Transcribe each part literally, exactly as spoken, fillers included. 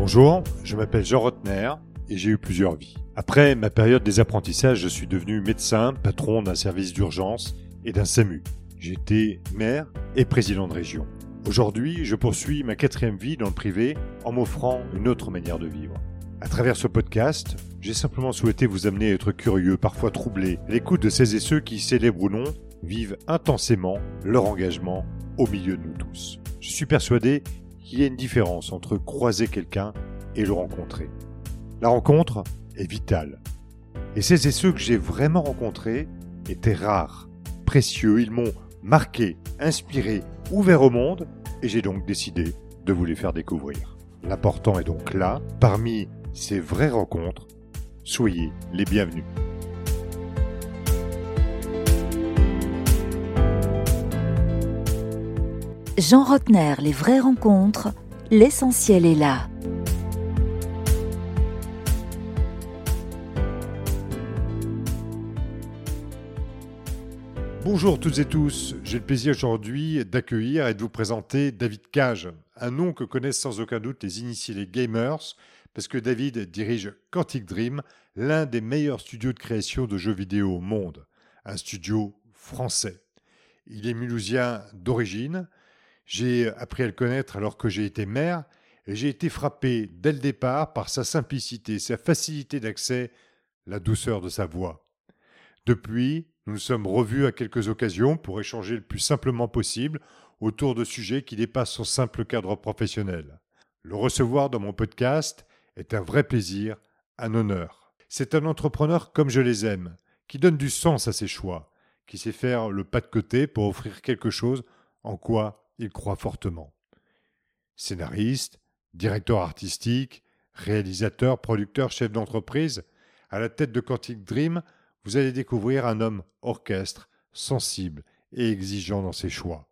Bonjour, je m'appelle Jean Rotner et j'ai eu plusieurs vies. Après ma période des apprentissages, je suis devenu médecin, patron d'un service d'urgence et d'un SAMU. J'ai été maire et président de région. Aujourd'hui, je poursuis ma quatrième vie dans le privé en m'offrant une autre manière de vivre. À travers ce podcast, j'ai simplement souhaité vous amener à être curieux, parfois troublé, à l'écoute de celles et ceux qui, célèbres ou non, vivent intensément leur engagement au milieu de nous tous. Je suis persuadé qu'il y a une différence entre croiser quelqu'un et le rencontrer. La rencontre est vitale. Et celles et ceux que j'ai vraiment rencontrés étaient rares, précieux. Ils m'ont marqué, inspiré, ouvert au monde et j'ai donc décidé de vous les faire découvrir. L'important est donc là, parmi ces vraies rencontres, soyez les bienvenus. Jean Rotner, les vraies rencontres, l'essentiel est là. Bonjour toutes et tous, j'ai le plaisir aujourd'hui d'accueillir et de vous présenter David Cage, un nom que connaissent sans aucun doute les initiés les gamers, parce que David dirige Quantic Dream, l'un des meilleurs studios de création de jeux vidéo au monde, un studio français. Il est mulhousien d'origine. J'ai appris à le connaître alors que j'ai été maire et j'ai été frappé dès le départ par sa simplicité, sa facilité d'accès, la douceur de sa voix. Depuis, nous nous sommes revus à quelques occasions pour échanger le plus simplement possible autour de sujets qui dépassent son simple cadre professionnel. Le recevoir dans mon podcast est un vrai plaisir, un honneur. C'est un entrepreneur comme je les aime, qui donne du sens à ses choix, qui sait faire le pas de côté pour offrir quelque chose en quoi il croit fortement. Scénariste, directeur artistique, réalisateur, producteur, chef d'entreprise, à la tête de Quantic Dream, vous allez découvrir un homme orchestre, sensible et exigeant dans ses choix.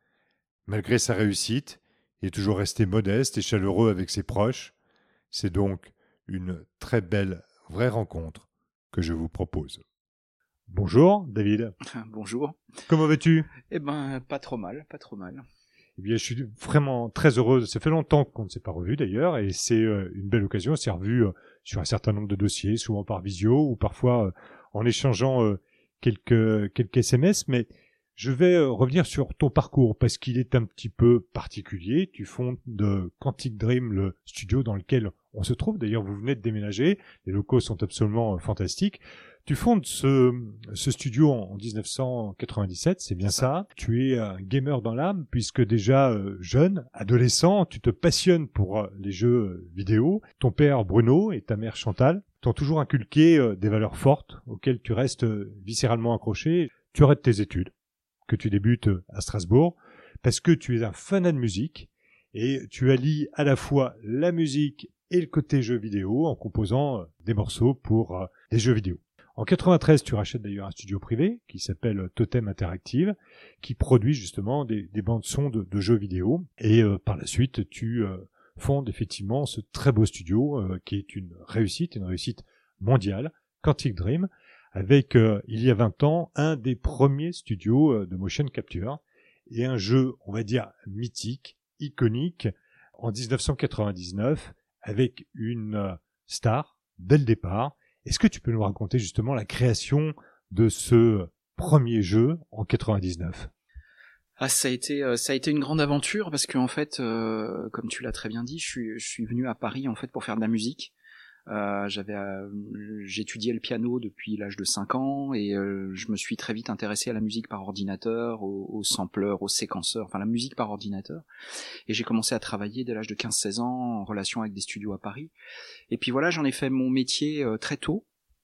Malgré sa réussite, il est toujours resté modeste et chaleureux avec ses proches. C'est donc une très belle, vraie rencontre que je vous propose. Bonjour David. Bonjour. Comment vas-tu ? Eh ben, pas trop mal, pas trop mal. Eh bien, je suis vraiment très heureux. Ça fait longtemps qu'on ne s'est pas revu d'ailleurs, et c'est euh, une belle occasion. On s'est revu euh, sur un certain nombre de dossiers, souvent par visio ou parfois euh, en échangeant euh, quelques quelques S M S. Mais je vais euh, revenir sur ton parcours parce qu'il est un petit peu particulier. Tu fondes de Quantic Dream, le studio dans lequel on se trouve. D'ailleurs, vous venez de déménager. Les locaux sont absolument euh, fantastiques. Tu fondes ce, ce studio en dix-neuf cent quatre-vingt-dix-sept, c'est bien ça. Tu es un gamer dans l'âme, puisque déjà euh, jeune, adolescent, tu te passionnes pour euh, les jeux vidéo. Ton père Bruno et ta mère Chantal t'ont toujours inculqué euh, des valeurs fortes auxquelles tu restes euh, viscéralement accroché. Tu arrêtes tes études, que tu débutes euh, à Strasbourg, parce que tu es un fanat de musique et tu allies à la fois la musique et le côté jeux vidéo en composant euh, des morceaux pour euh, des jeux vidéo. En quatre-vingt-treize, tu rachètes d'ailleurs un studio privé qui s'appelle Totem Interactive, qui produit justement des, des bandes-sons de, de jeux vidéo. Et euh, par la suite, tu euh, fondes effectivement ce très beau studio euh, qui est une réussite, une réussite mondiale, Quantic Dream, avec, euh, il y a vingt ans, un des premiers studios euh, de motion capture et un jeu, on va dire, mythique, iconique, en dix-neuf cent quatre-vingt-dix-neuf, avec une euh, star dès le départ. Est-ce que tu peux nous raconter justement la création de ce premier jeu en quatre-vingt-dix-neuf ? Ah, ça a été, euh, ça a été une grande aventure parce que en fait, euh, comme tu l'as très bien dit, je suis, je suis venu à Paris en fait pour faire de la musique. Euh, j'avais, euh, j'étudiais le piano depuis l'âge de cinq ans et euh, je me suis très vite intéressé à la musique par ordinateur, aux, aux sampleurs, aux séquenceurs, enfin la musique par ordinateur. Et j'ai commencé à travailler dès l'âge de quinze seize ans en relation avec des studios à Paris. Et puis voilà, j'en ai fait mon métier euh, très tôt.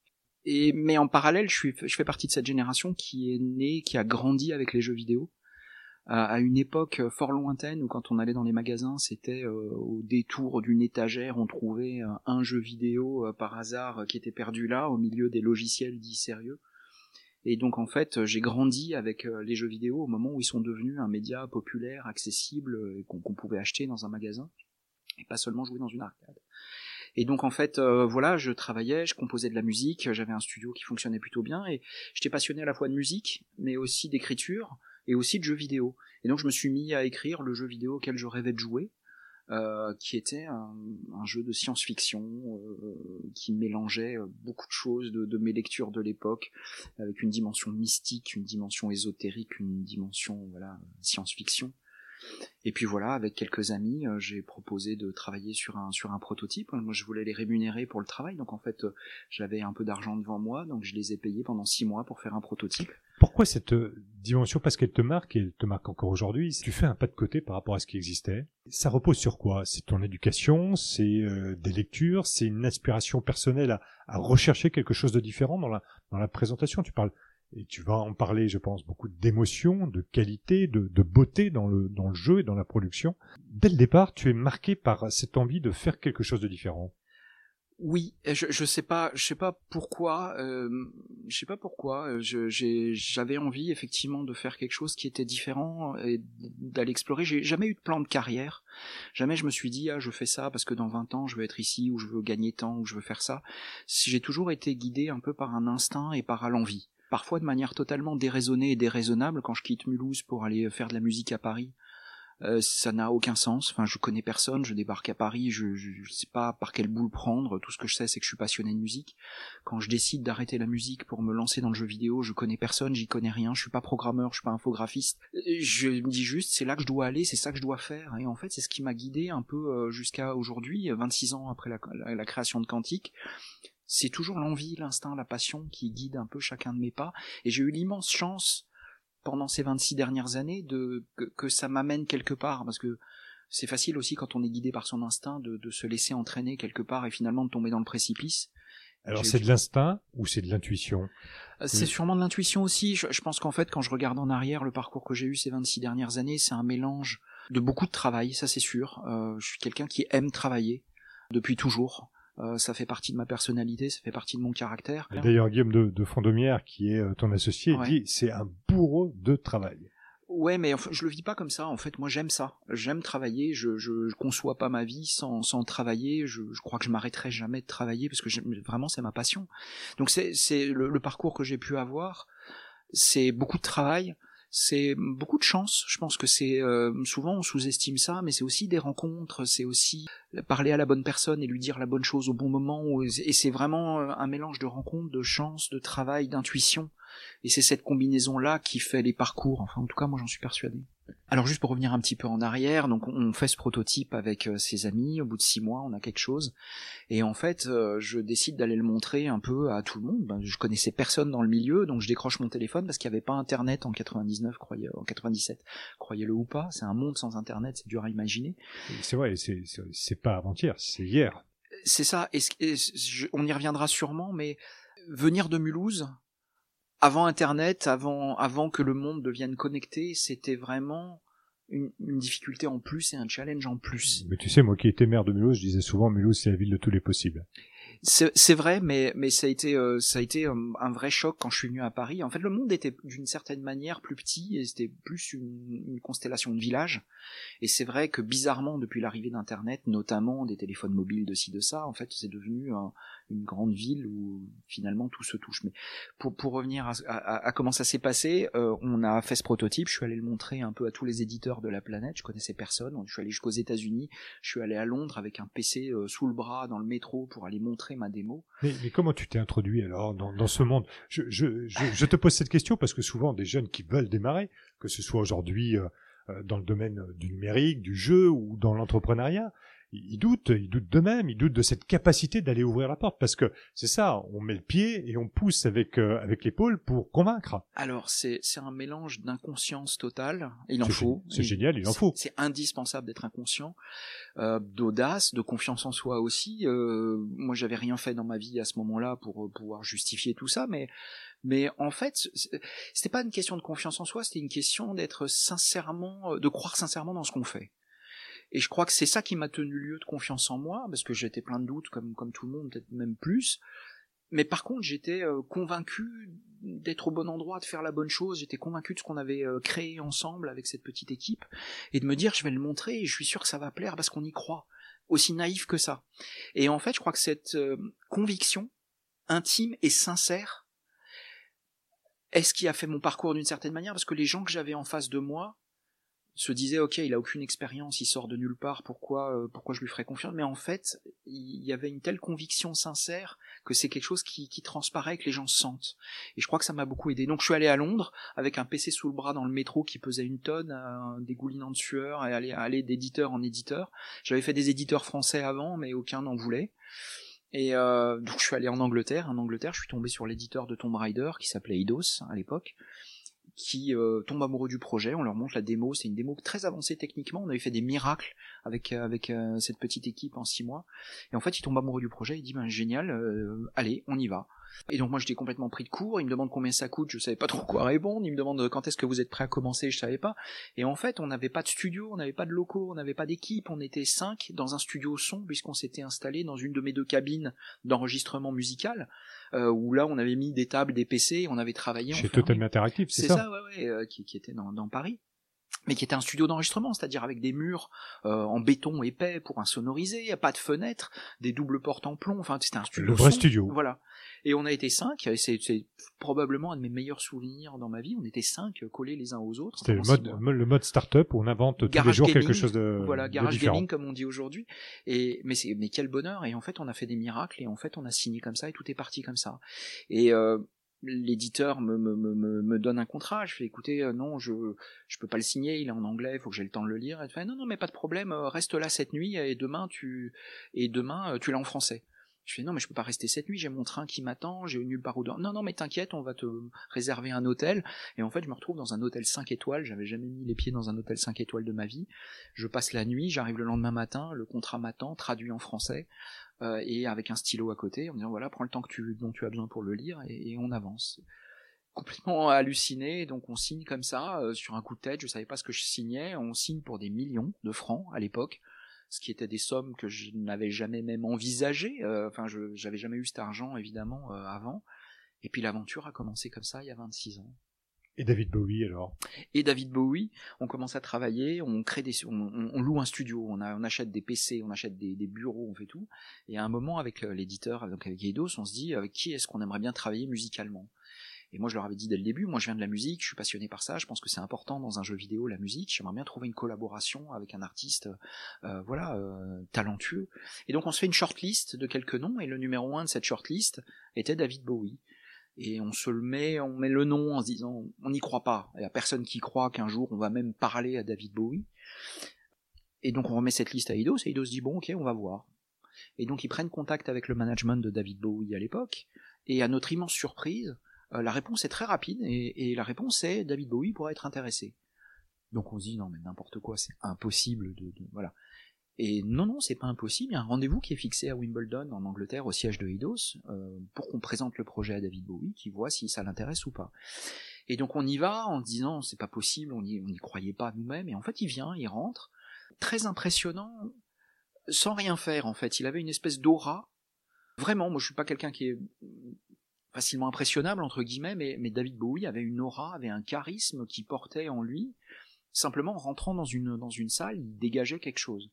Et mais en parallèle, je suis, je fais partie de cette génération qui est née, qui a grandi avec les jeux vidéo. Euh, à une époque fort lointaine où quand on allait dans les magasins, c'était euh, au détour d'une étagère, on trouvait euh, un jeu vidéo euh, par hasard euh, qui était perdu là, au milieu des logiciels dits sérieux. Et donc en fait, j'ai grandi avec euh, les jeux vidéo au moment où ils sont devenus un média populaire, accessible, euh, qu'on, qu'on pouvait acheter dans un magasin, et pas seulement jouer dans une arcade. Et donc en fait, euh, voilà, je travaillais, je composais de la musique, j'avais un studio qui fonctionnait plutôt bien, et j'étais passionné à la fois de musique, mais aussi d'écriture, et aussi de jeux vidéo. Et donc je me suis mis à écrire le jeu vidéo auquel je rêvais de jouer, euh, qui était un, un jeu de science-fiction euh, qui mélangeait beaucoup de choses de, de mes lectures de l'époque, avec une dimension mystique, une dimension ésotérique, une dimension voilà science-fiction. Et puis voilà, avec quelques amis, euh, j'ai proposé de travailler sur un sur un prototype. Moi, je voulais les rémunérer pour le travail, donc en fait, euh, j'avais un peu d'argent devant moi, donc je les ai payés pendant six mois pour faire un prototype. Pourquoi cette dimension? Parce qu'elle te marque, et elle te marque encore aujourd'hui. Tu fais un pas de côté par rapport à ce qui existait. Ça repose sur quoi? C'est ton éducation, c'est euh, des lectures, c'est une inspiration personnelle à, à rechercher quelque chose de différent dans la dans la présentation. Tu parles. Et tu vas en parler, je pense, beaucoup d'émotion, de qualité, de, de beauté dans le, dans le jeu et dans la production. Dès le départ, tu es marqué par cette envie de faire quelque chose de différent. Oui, je, je sais pas, je sais pas pourquoi, euh, je sais pas pourquoi. Je, j'ai, j'avais envie effectivement de faire quelque chose qui était différent et d'aller explorer. J'ai jamais eu de plan de carrière. Jamais je me suis dit ah je fais ça parce que dans vingt ans je veux être ici ou je veux gagner tant ou je veux faire ça. J'ai toujours été guidé un peu par un instinct et par l'envie. Parfois de manière totalement déraisonnée et déraisonnable. Quand je quitte Mulhouse pour aller faire de la musique à Paris, euh, ça n'a aucun sens. Enfin, je connais personne, je débarque à Paris, je, je, je sais pas par quelle boule prendre. Tout ce que je sais, c'est que je suis passionné de musique. Quand je décide d'arrêter la musique pour me lancer dans le jeu vidéo, je connais personne, j'y connais rien, je suis pas programmeur, je suis pas infographiste. Je me dis juste, c'est là que je dois aller, c'est ça que je dois faire. Et en fait, c'est ce qui m'a guidé un peu euh, jusqu'à aujourd'hui, vingt-six ans après la, la, la création de Quantique. C'est toujours l'envie, l'instinct, la passion qui guide un peu chacun de mes pas. Et j'ai eu l'immense chance, pendant ces vingt-six dernières années, de que, que ça m'amène quelque part. Parce que c'est facile aussi, quand on est guidé par son instinct, de, de se laisser entraîner quelque part et finalement de tomber dans le précipice. Alors, j'ai c'est eu... de l'instinct ou c'est de l'intuition? C'est oui. Sûrement de l'intuition aussi. Je, je pense qu'en fait, quand je regarde en arrière le parcours que j'ai eu ces vingt-six dernières années, c'est un mélange de beaucoup de travail, ça c'est sûr. Euh, je suis quelqu'un qui aime travailler depuis toujours. Euh, ça fait partie de ma personnalité, ça fait partie de mon caractère. Et d'ailleurs, Guillaume de, de Fondomière, qui est ton associé, ouais. dit c'est un bourreau de travail. Ouais, mais enfin, je le vis pas comme ça. En fait, moi, j'aime ça. J'aime travailler. Je, je, je conçois pas ma vie sans, sans travailler. Je, je crois que je m'arrêterai jamais de travailler parce que vraiment, c'est ma passion. Donc, c'est, c'est le, le parcours que j'ai pu avoir. C'est beaucoup de travail. C'est beaucoup de chance. Je pense que c'est euh, souvent on sous-estime ça, mais c'est aussi des rencontres, c'est aussi parler à la bonne personne et lui dire la bonne chose au bon moment. Et c'est vraiment un mélange de rencontres, de chance, de travail, d'intuition. Et c'est cette combinaison-là qui fait les parcours. Enfin, en tout cas, moi, j'en suis persuadé. Alors, juste pour revenir un petit peu en arrière, donc on fait ce prototype avec euh, ses amis. Au bout de six mois, on a quelque chose. Et en fait, euh, je décide d'aller le montrer un peu à tout le monde. Ben, je connaissais personne dans le milieu, donc je décroche mon téléphone parce qu'il n'y avait pas Internet en quatre-vingt-dix-neuf, croyez, en quatre-vingt-dix-sept, croyez-le ou pas. C'est un monde sans Internet, c'est dur à imaginer. C'est vrai, c'est, c'est, c'est pas avant-hier, c'est hier. C'est ça. Et, et je, on y reviendra sûrement, mais venir de Mulhouse, avant Internet, avant, avant que le monde devienne connecté, c'était vraiment une, une difficulté en plus et un challenge en plus. Mais tu sais, moi qui étais maire de Mulhouse, je disais souvent Mulhouse, c'est la ville de tous les possibles. C'est, c'est vrai, mais, mais ça a été, euh, ça a été un, un vrai choc quand je suis venu à Paris. En fait, le monde était d'une certaine manière plus petit et c'était plus une, une constellation de villages. Et c'est vrai que bizarrement, depuis l'arrivée d'Internet, notamment des téléphones mobiles de ci de ça, en fait, c'est devenu un, une grande ville où finalement tout se touche. Mais pour, pour revenir à, à, à comment ça s'est passé, euh, on a fait ce prototype. Je suis allé le montrer un peu à tous les éditeurs de la planète. Je connaissais personne. Je suis allé jusqu'aux États-Unis. Je suis allé à Londres avec un P C euh, sous le bras dans le métro pour aller montrer ma démo. Mais, mais comment tu t'es introduit alors dans, dans ce monde? je, je, je, je te pose cette question parce que souvent des jeunes qui veulent démarrer, que ce soit aujourd'hui euh, dans le domaine du numérique, du jeu ou dans l'entrepreneuriat, ils doutent, ils doutent d'eux-mêmes, ils doutent de cette capacité d'aller ouvrir la porte parce que c'est ça, on met le pied et on pousse avec euh, avec l'épaule pour convaincre. Alors c'est c'est un mélange d'inconscience totale, il en c'est faut. C'est génial, il en faut. C'est indispensable d'être inconscient, euh, d'audace, de confiance en soi aussi. Euh, moi j'avais rien fait dans ma vie à ce moment-là pour pouvoir justifier tout ça, mais mais en fait c'était pas une question de confiance en soi, c'était une question d'être sincèrement, de croire sincèrement dans ce qu'on fait. Et je crois que c'est ça qui m'a tenu lieu de confiance en moi, parce que j'étais plein de doutes, comme, comme tout le monde, peut-être même plus. Mais par contre, j'étais euh, convaincu d'être au bon endroit, de faire la bonne chose. J'étais convaincu de ce qu'on avait euh, créé ensemble avec cette petite équipe, et de me dire, je vais le montrer, et je suis sûr que ça va plaire, parce qu'on y croit. Aussi naïf que ça. Et en fait, je crois que cette euh, conviction intime et sincère est ce qui a fait mon parcours d'une certaine manière, parce que les gens que j'avais en face de moi se disait ok, il a aucune expérience, il sort de nulle part, pourquoi euh, pourquoi je lui ferais confiance? Mais en fait, il y avait une telle conviction sincère que c'est quelque chose qui, qui transparaît, que les gens sentent. Et je crois que ça m'a beaucoup aidé. Donc je suis allé à Londres avec un P C sous le bras dans le métro qui pesait une tonne, un dégoulinant de sueur, et aller aller d'éditeur en éditeur. J'avais fait des éditeurs français avant, mais aucun n'en voulait. Et euh, donc je suis allé en Angleterre. En Angleterre, je suis tombé sur l'éditeur de Tomb Raider qui s'appelait Eidos à l'époque, qui euh, tombe amoureux du projet. On leur montre la démo, c'est une démo très avancée techniquement, on avait fait des miracles avec euh, avec euh, cette petite équipe en six mois, et en fait il tombe amoureux du projet, il dit ben génial, euh, allez on y va. Et donc moi j'étais complètement pris de court, il me demande combien ça coûte, je savais pas trop quoi répondre, il me demande quand est-ce que vous êtes prêt à commencer, je savais pas. Et en fait on n'avait pas de studio, on n'avait pas de locaux, on n'avait pas d'équipe, on était cinq dans un studio son, puisqu'on s'était installé dans une de mes deux cabines d'enregistrement musical, euh, où là on avait mis des tables, des P C, on avait travaillé chez Totem Interactive, c'est, c'est ça, ça ouais, ouais, euh, qui, qui était dans, dans Paris, mais qui était un studio d'enregistrement, c'est-à-dire avec des murs euh, en béton épais pour insonoriser, pas de fenêtres, des doubles portes en plomb, enfin c'était un studio. Le vrai son, studio. Voilà. Et on a été cinq, et c'est, c'est probablement un de mes meilleurs souvenirs dans ma vie, on était cinq collés les uns aux autres. C'était le mode, le mode start-up où on invente garage tous les jours gaming, quelque chose de Voilà, garage de différent. gaming comme on dit aujourd'hui. Et, mais c'est, mais quel bonheur, et en fait on a fait des miracles, et en fait on a signé comme ça, et tout est parti comme ça. Et euh, l'éditeur me, me, me, me donne un contrat, je fais écoutez, euh, non, je je peux pas le signer, il est en anglais, il faut que j'ai le temps de le lire. Elle fait non, non, mais pas de problème, reste là cette nuit, et demain tu, et demain tu l'as en français. Je fais non mais je peux pas rester cette nuit, j'ai mon train qui m'attend, j'ai nulle part où dormir. Non non mais t'inquiète, on va te réserver un hôtel. Et en fait je me retrouve dans un hôtel cinq étoiles, j'avais jamais mis les pieds dans un hôtel cinq étoiles de ma vie. Je passe la nuit, j'arrive le lendemain matin, le contrat m'attend, traduit en français, euh, et avec un stylo à côté, en me disant voilà, prends le temps que tu, dont tu as besoin pour le lire, et, et on avance. Complètement halluciné, donc on signe comme ça, euh, sur un coup de tête, je savais pas ce que je signais, on signe pour des millions de francs à l'époque, ce qui étaient des sommes que je n'avais jamais même envisagées, euh, enfin je j'avais jamais eu cet argent évidemment euh, avant, et puis l'aventure a commencé comme ça il y a vingt-six ans. Et David Bowie alors Et David Bowie, on commence à travailler, on crée des, on, on loue un studio, on, a, on achète des P C, on achète des, des bureaux, on fait tout, et à un moment avec l'éditeur, donc avec Eidos, on se dit avec qui est-ce qu'on aimerait bien travailler musicalement. Et moi, je leur avais dit dès le début, moi je viens de la musique, je suis passionné par ça, je pense que c'est important dans un jeu vidéo, la musique, j'aimerais bien trouver une collaboration avec un artiste euh, voilà, euh, talentueux. Et donc on se fait une shortlist de quelques noms, et le numéro un de cette shortlist était David Bowie. Et on se le met, on met le nom en se disant, on n'y croit pas, il n'y a personne qui croit qu'un jour on va même parler à David Bowie. Et donc on remet cette liste à Eidos, et Eidos dit bon ok, on va voir. Et donc ils prennent contact avec le management de David Bowie à l'époque, et à notre immense surprise, Euh, la réponse est très rapide, et, et la réponse est David Bowie pourrait être intéressé. Donc on se dit non mais n'importe quoi, c'est impossible de, de voilà. Et non non c'est pas impossible, il y a un rendez-vous qui est fixé à Wimbledon en Angleterre au siège de Eidos euh, pour qu'on présente le projet à David Bowie, qui voit si ça l'intéresse ou pas. Et donc on y va en se disant c'est pas possible, on n'y on y croyait pas nous-mêmes, et en fait il vient, il rentre, très impressionnant, sans rien faire en fait, il avait une espèce d'aura. Vraiment, moi je suis pas quelqu'un qui est facilement impressionnable entre guillemets, mais, mais David Bowie avait une aura, avait un charisme qui portait en lui, simplement en rentrant dans une, dans une salle, il dégageait quelque chose.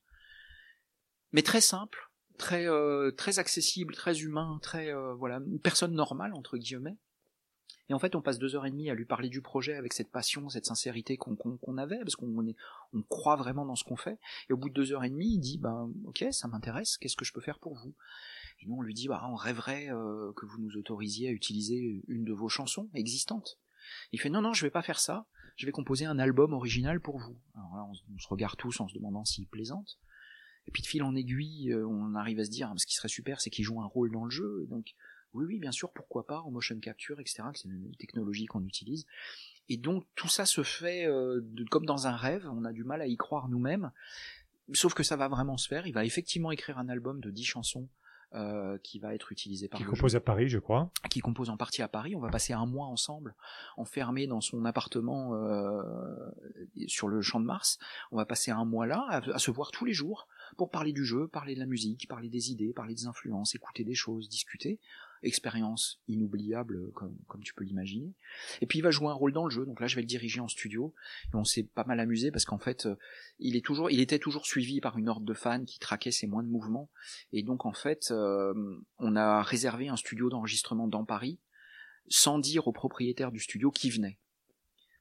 Mais très simple, très, euh, très accessible, très humain, très, euh, voilà, une personne normale entre guillemets. Et en fait on passe deux heures et demie à lui parler du projet avec cette passion, cette sincérité qu'on, qu'on, qu'on avait, parce qu'on est, on croit vraiment dans ce qu'on fait, et au bout de deux heures et demie il dit ben ok ça m'intéresse, qu'est-ce que je peux faire pour vous? Et nous on lui dit bah on rêverait euh, que vous nous autorisiez à utiliser une de vos chansons existantes. Il fait non non je vais pas faire ça, je vais composer un album original pour vous. Alors là on, on se regarde tous en se demandant s'il plaisante. Et puis de fil en aiguille euh, on arrive à se dire ce qui serait super c'est qu'il joue un rôle dans le jeu. Et donc oui oui bien sûr pourquoi pas en motion capture et cetera. C'est une technologie qu'on utilise. Et donc tout ça se fait euh, de, comme dans un rêve. On a du mal à y croire nous-mêmes. Sauf que ça va vraiment se faire. Il va effectivement écrire un album de dix chansons. Euh, qui va être utilisé par qui le compose jeu. à Paris je crois Qui compose en partie à Paris. On va passer un mois ensemble enfermés dans son appartement euh, sur le Champ de Mars. On va passer un mois là à, à se voir tous les jours pour parler du jeu, parler de la musique, parler des idées, parler des influences, écouter des choses, discuter. Expérience inoubliable comme, comme tu peux l'imaginer. Et puis il va jouer un rôle dans le jeu, donc là je vais le diriger en studio, et on s'est pas mal amusé parce qu'en fait il est toujours, il était toujours suivi par une horde de fans qui traquaient ses moindres mouvements, et donc en fait euh, on a réservé un studio d'enregistrement dans Paris sans dire au propriétaire du studio qui venait,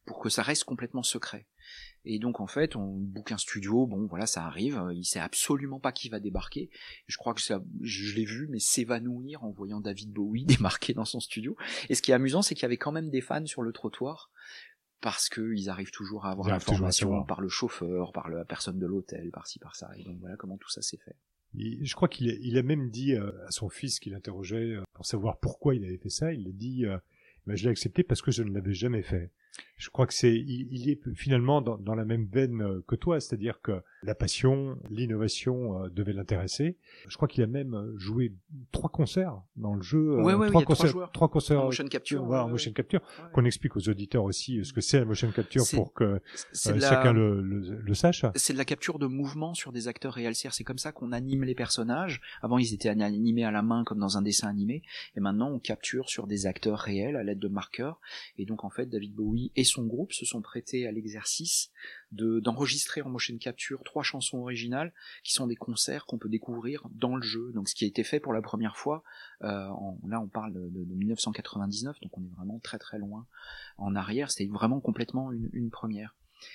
pour que ça reste complètement secret. Et donc en fait, on book un studio, bon voilà, ça arrive, il sait absolument pas qui va débarquer. Je crois que ça, je l'ai vu, mais s'évanouir en voyant David Bowie débarquer dans son studio. Et ce qui est amusant, c'est qu'il y avait quand même des fans sur le trottoir, parce que ils arrivent toujours à avoir l'information par le chauffeur, par la personne de l'hôtel, par-ci, par-ça. Et donc voilà comment tout ça s'est fait. Et je crois qu'il a, il a même dit à son fils qu'il interrogeait pour savoir pourquoi il avait fait ça, il a dit euh, ben, je l'ai accepté parce que je ne l'avais jamais fait. Je crois que c'est, il, il est finalement dans, dans la même veine que toi, c'est-à-dire que la passion, l'innovation euh, devait l'intéresser. Je crois qu'il a même joué trois concerts dans le jeu. Ouais, ouais, trois, oui, concerts, trois, trois concerts en motion capture. Voilà, en motion capture. Ouais. Qu'on explique aux auditeurs aussi ce que c'est la motion capture c'est, pour que euh, la, chacun le, le, le sache. C'est de la capture de mouvement sur des acteurs réels. C'est comme ça qu'on anime les personnages. Avant, ils étaient animés à la main comme dans un dessin animé. Et maintenant, on capture sur des acteurs réels à l'aide de marqueurs. Et donc, en fait, David Bowie et son groupe se sont prêtés à l'exercice de, d'enregistrer en motion capture trois chansons originales qui sont des concerts qu'on peut découvrir dans le jeu. Donc ce qui a été fait pour la première fois, euh, en, là on parle de, de, de dix-neuf cent quatre-vingt-dix-neuf, donc on est vraiment très très loin en arrière, c'était vraiment complètement une, une première.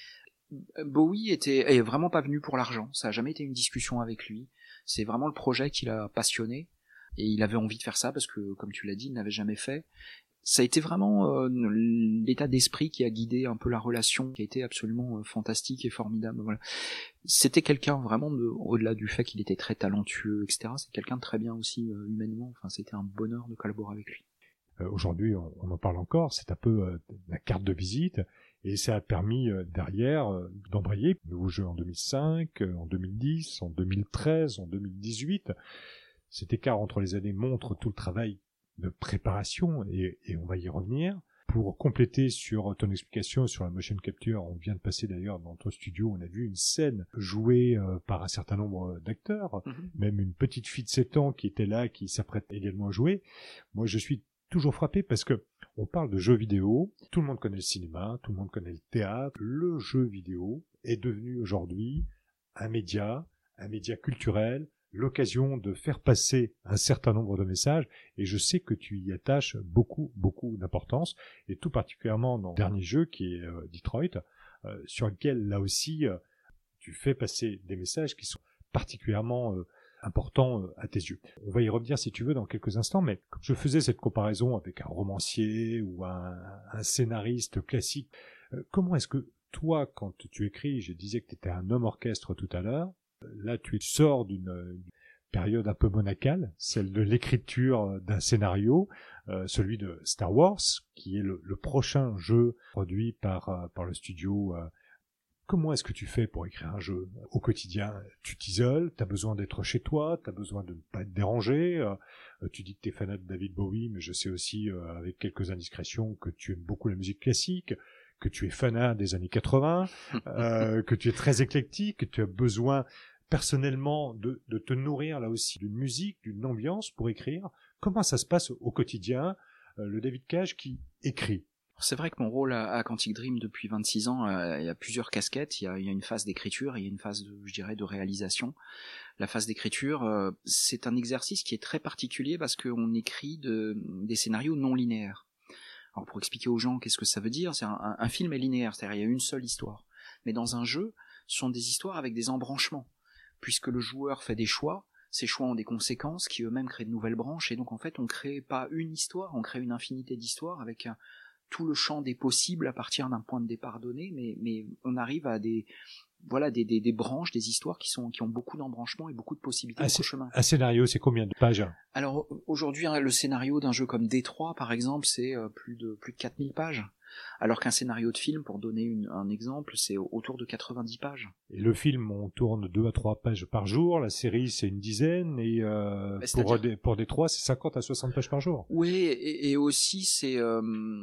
Bowie était est vraiment pas venu pour l'argent, ça a jamais été une discussion avec lui, c'est vraiment le projet qui l'a passionné, et il avait envie de faire ça parce que, comme tu l'as dit, il n'avait jamais fait. Ça a été vraiment euh, l'état d'esprit qui a guidé un peu la relation, qui a été absolument euh, fantastique et formidable. Voilà. C'était quelqu'un vraiment, de, au-delà du fait qu'il était très talentueux, et cetera, c'est quelqu'un de très bien aussi euh, humainement. Enfin, c'était un bonheur de collaborer avec lui. Euh, aujourd'hui, on, on en parle encore, c'est un peu euh, la carte de visite, et ça a permis euh, derrière euh, d'embrayer. Nouveau jeu en deux mille cinq, euh, en deux mille dix, en deux mille treize, en deux mille dix-huit. Cet écart entre les années montre tout le travail de préparation, et, et on va y revenir. Pour compléter sur ton explication sur la motion capture, on vient de passer d'ailleurs dans ton studio, on a vu une scène jouée euh, par un certain nombre d'acteurs, mm-hmm. même une petite fille de sept ans qui était là, qui s'apprête également à jouer. Moi, je suis toujours frappé parce que on parle de jeux vidéo, tout le monde connaît le cinéma, tout le monde connaît le théâtre, le jeu vidéo est devenu aujourd'hui un média, un média culturel, l'occasion de faire passer un certain nombre de messages, et je sais que tu y attaches beaucoup, beaucoup d'importance, et tout particulièrement dans le dernier jeu qui est euh, Detroit, euh, sur lequel, là aussi, euh, tu fais passer des messages qui sont particulièrement euh, importants euh, à tes yeux. On va y revenir, si tu veux, dans quelques instants, mais comme je faisais cette comparaison avec un romancier ou un, un scénariste classique, euh, comment est-ce que toi, quand tu écris, je disais que tu étais un homme orchestre tout à l'heure, là, tu sors d'une, d'une période un peu monacale, celle de l'écriture d'un scénario, euh, celui de Star Wars, qui est le, le prochain jeu produit par, euh, par le studio. Euh. Comment est-ce que tu fais pour écrire un jeu au quotidien? Tu t'isoles, tu as besoin d'être chez toi, tu as besoin de ne pas être dérangé. Euh, tu dis que tu es fanat de David Bowie, mais je sais aussi, euh, avec quelques indiscrétions, que tu aimes beaucoup la musique classique, que tu es fanat des années quatre-vingts, euh, que tu es très éclectique, que tu as besoin personnellement de, de te nourrir là aussi d'une musique, d'une ambiance pour écrire. Comment ça se passe au quotidien, euh, le David Cage qui écrit? C'est vrai que mon rôle à, à Quantic Dream depuis vingt-six ans, euh, il y a plusieurs casquettes. Il y a, il y a une phase d'écriture et il y a une phase de, je dirais, de réalisation. La phase d'écriture, euh, c'est un exercice qui est très particulier parce qu'on écrit de, des scénarios non linéaires. Alors pour expliquer aux gens qu'est-ce que ça veut dire, c'est un, un, un film est linéaire, c'est-à-dire il y a une seule histoire. Mais dans un jeu, ce sont des histoires avec des embranchements. Puisque le joueur fait des choix, ces choix ont des conséquences qui eux-mêmes créent de nouvelles branches, et donc en fait on crée pas une histoire, on crée une infinité d'histoires avec un, tout le champ des possibles à partir d'un point de départ donné, mais, mais on arrive à des, voilà, des, des, des branches, des histoires qui, sont, qui ont beaucoup d'embranchements et beaucoup de possibilités, beaucoup de chemins. Un scénario, c'est combien de pages? Alors aujourd'hui, le scénario d'un jeu comme Détroit, par exemple, c'est plus de, plus de quatre mille pages. Alors qu'un scénario de film, pour donner une, un exemple, c'est autour de quatre-vingt-dix pages. Et le film, on tourne deux à trois pages par jour, la série c'est une dizaine, et euh, pour, des, pour Détroit c'est cinquante à soixante pages par jour. Oui, et, et aussi c'est, euh,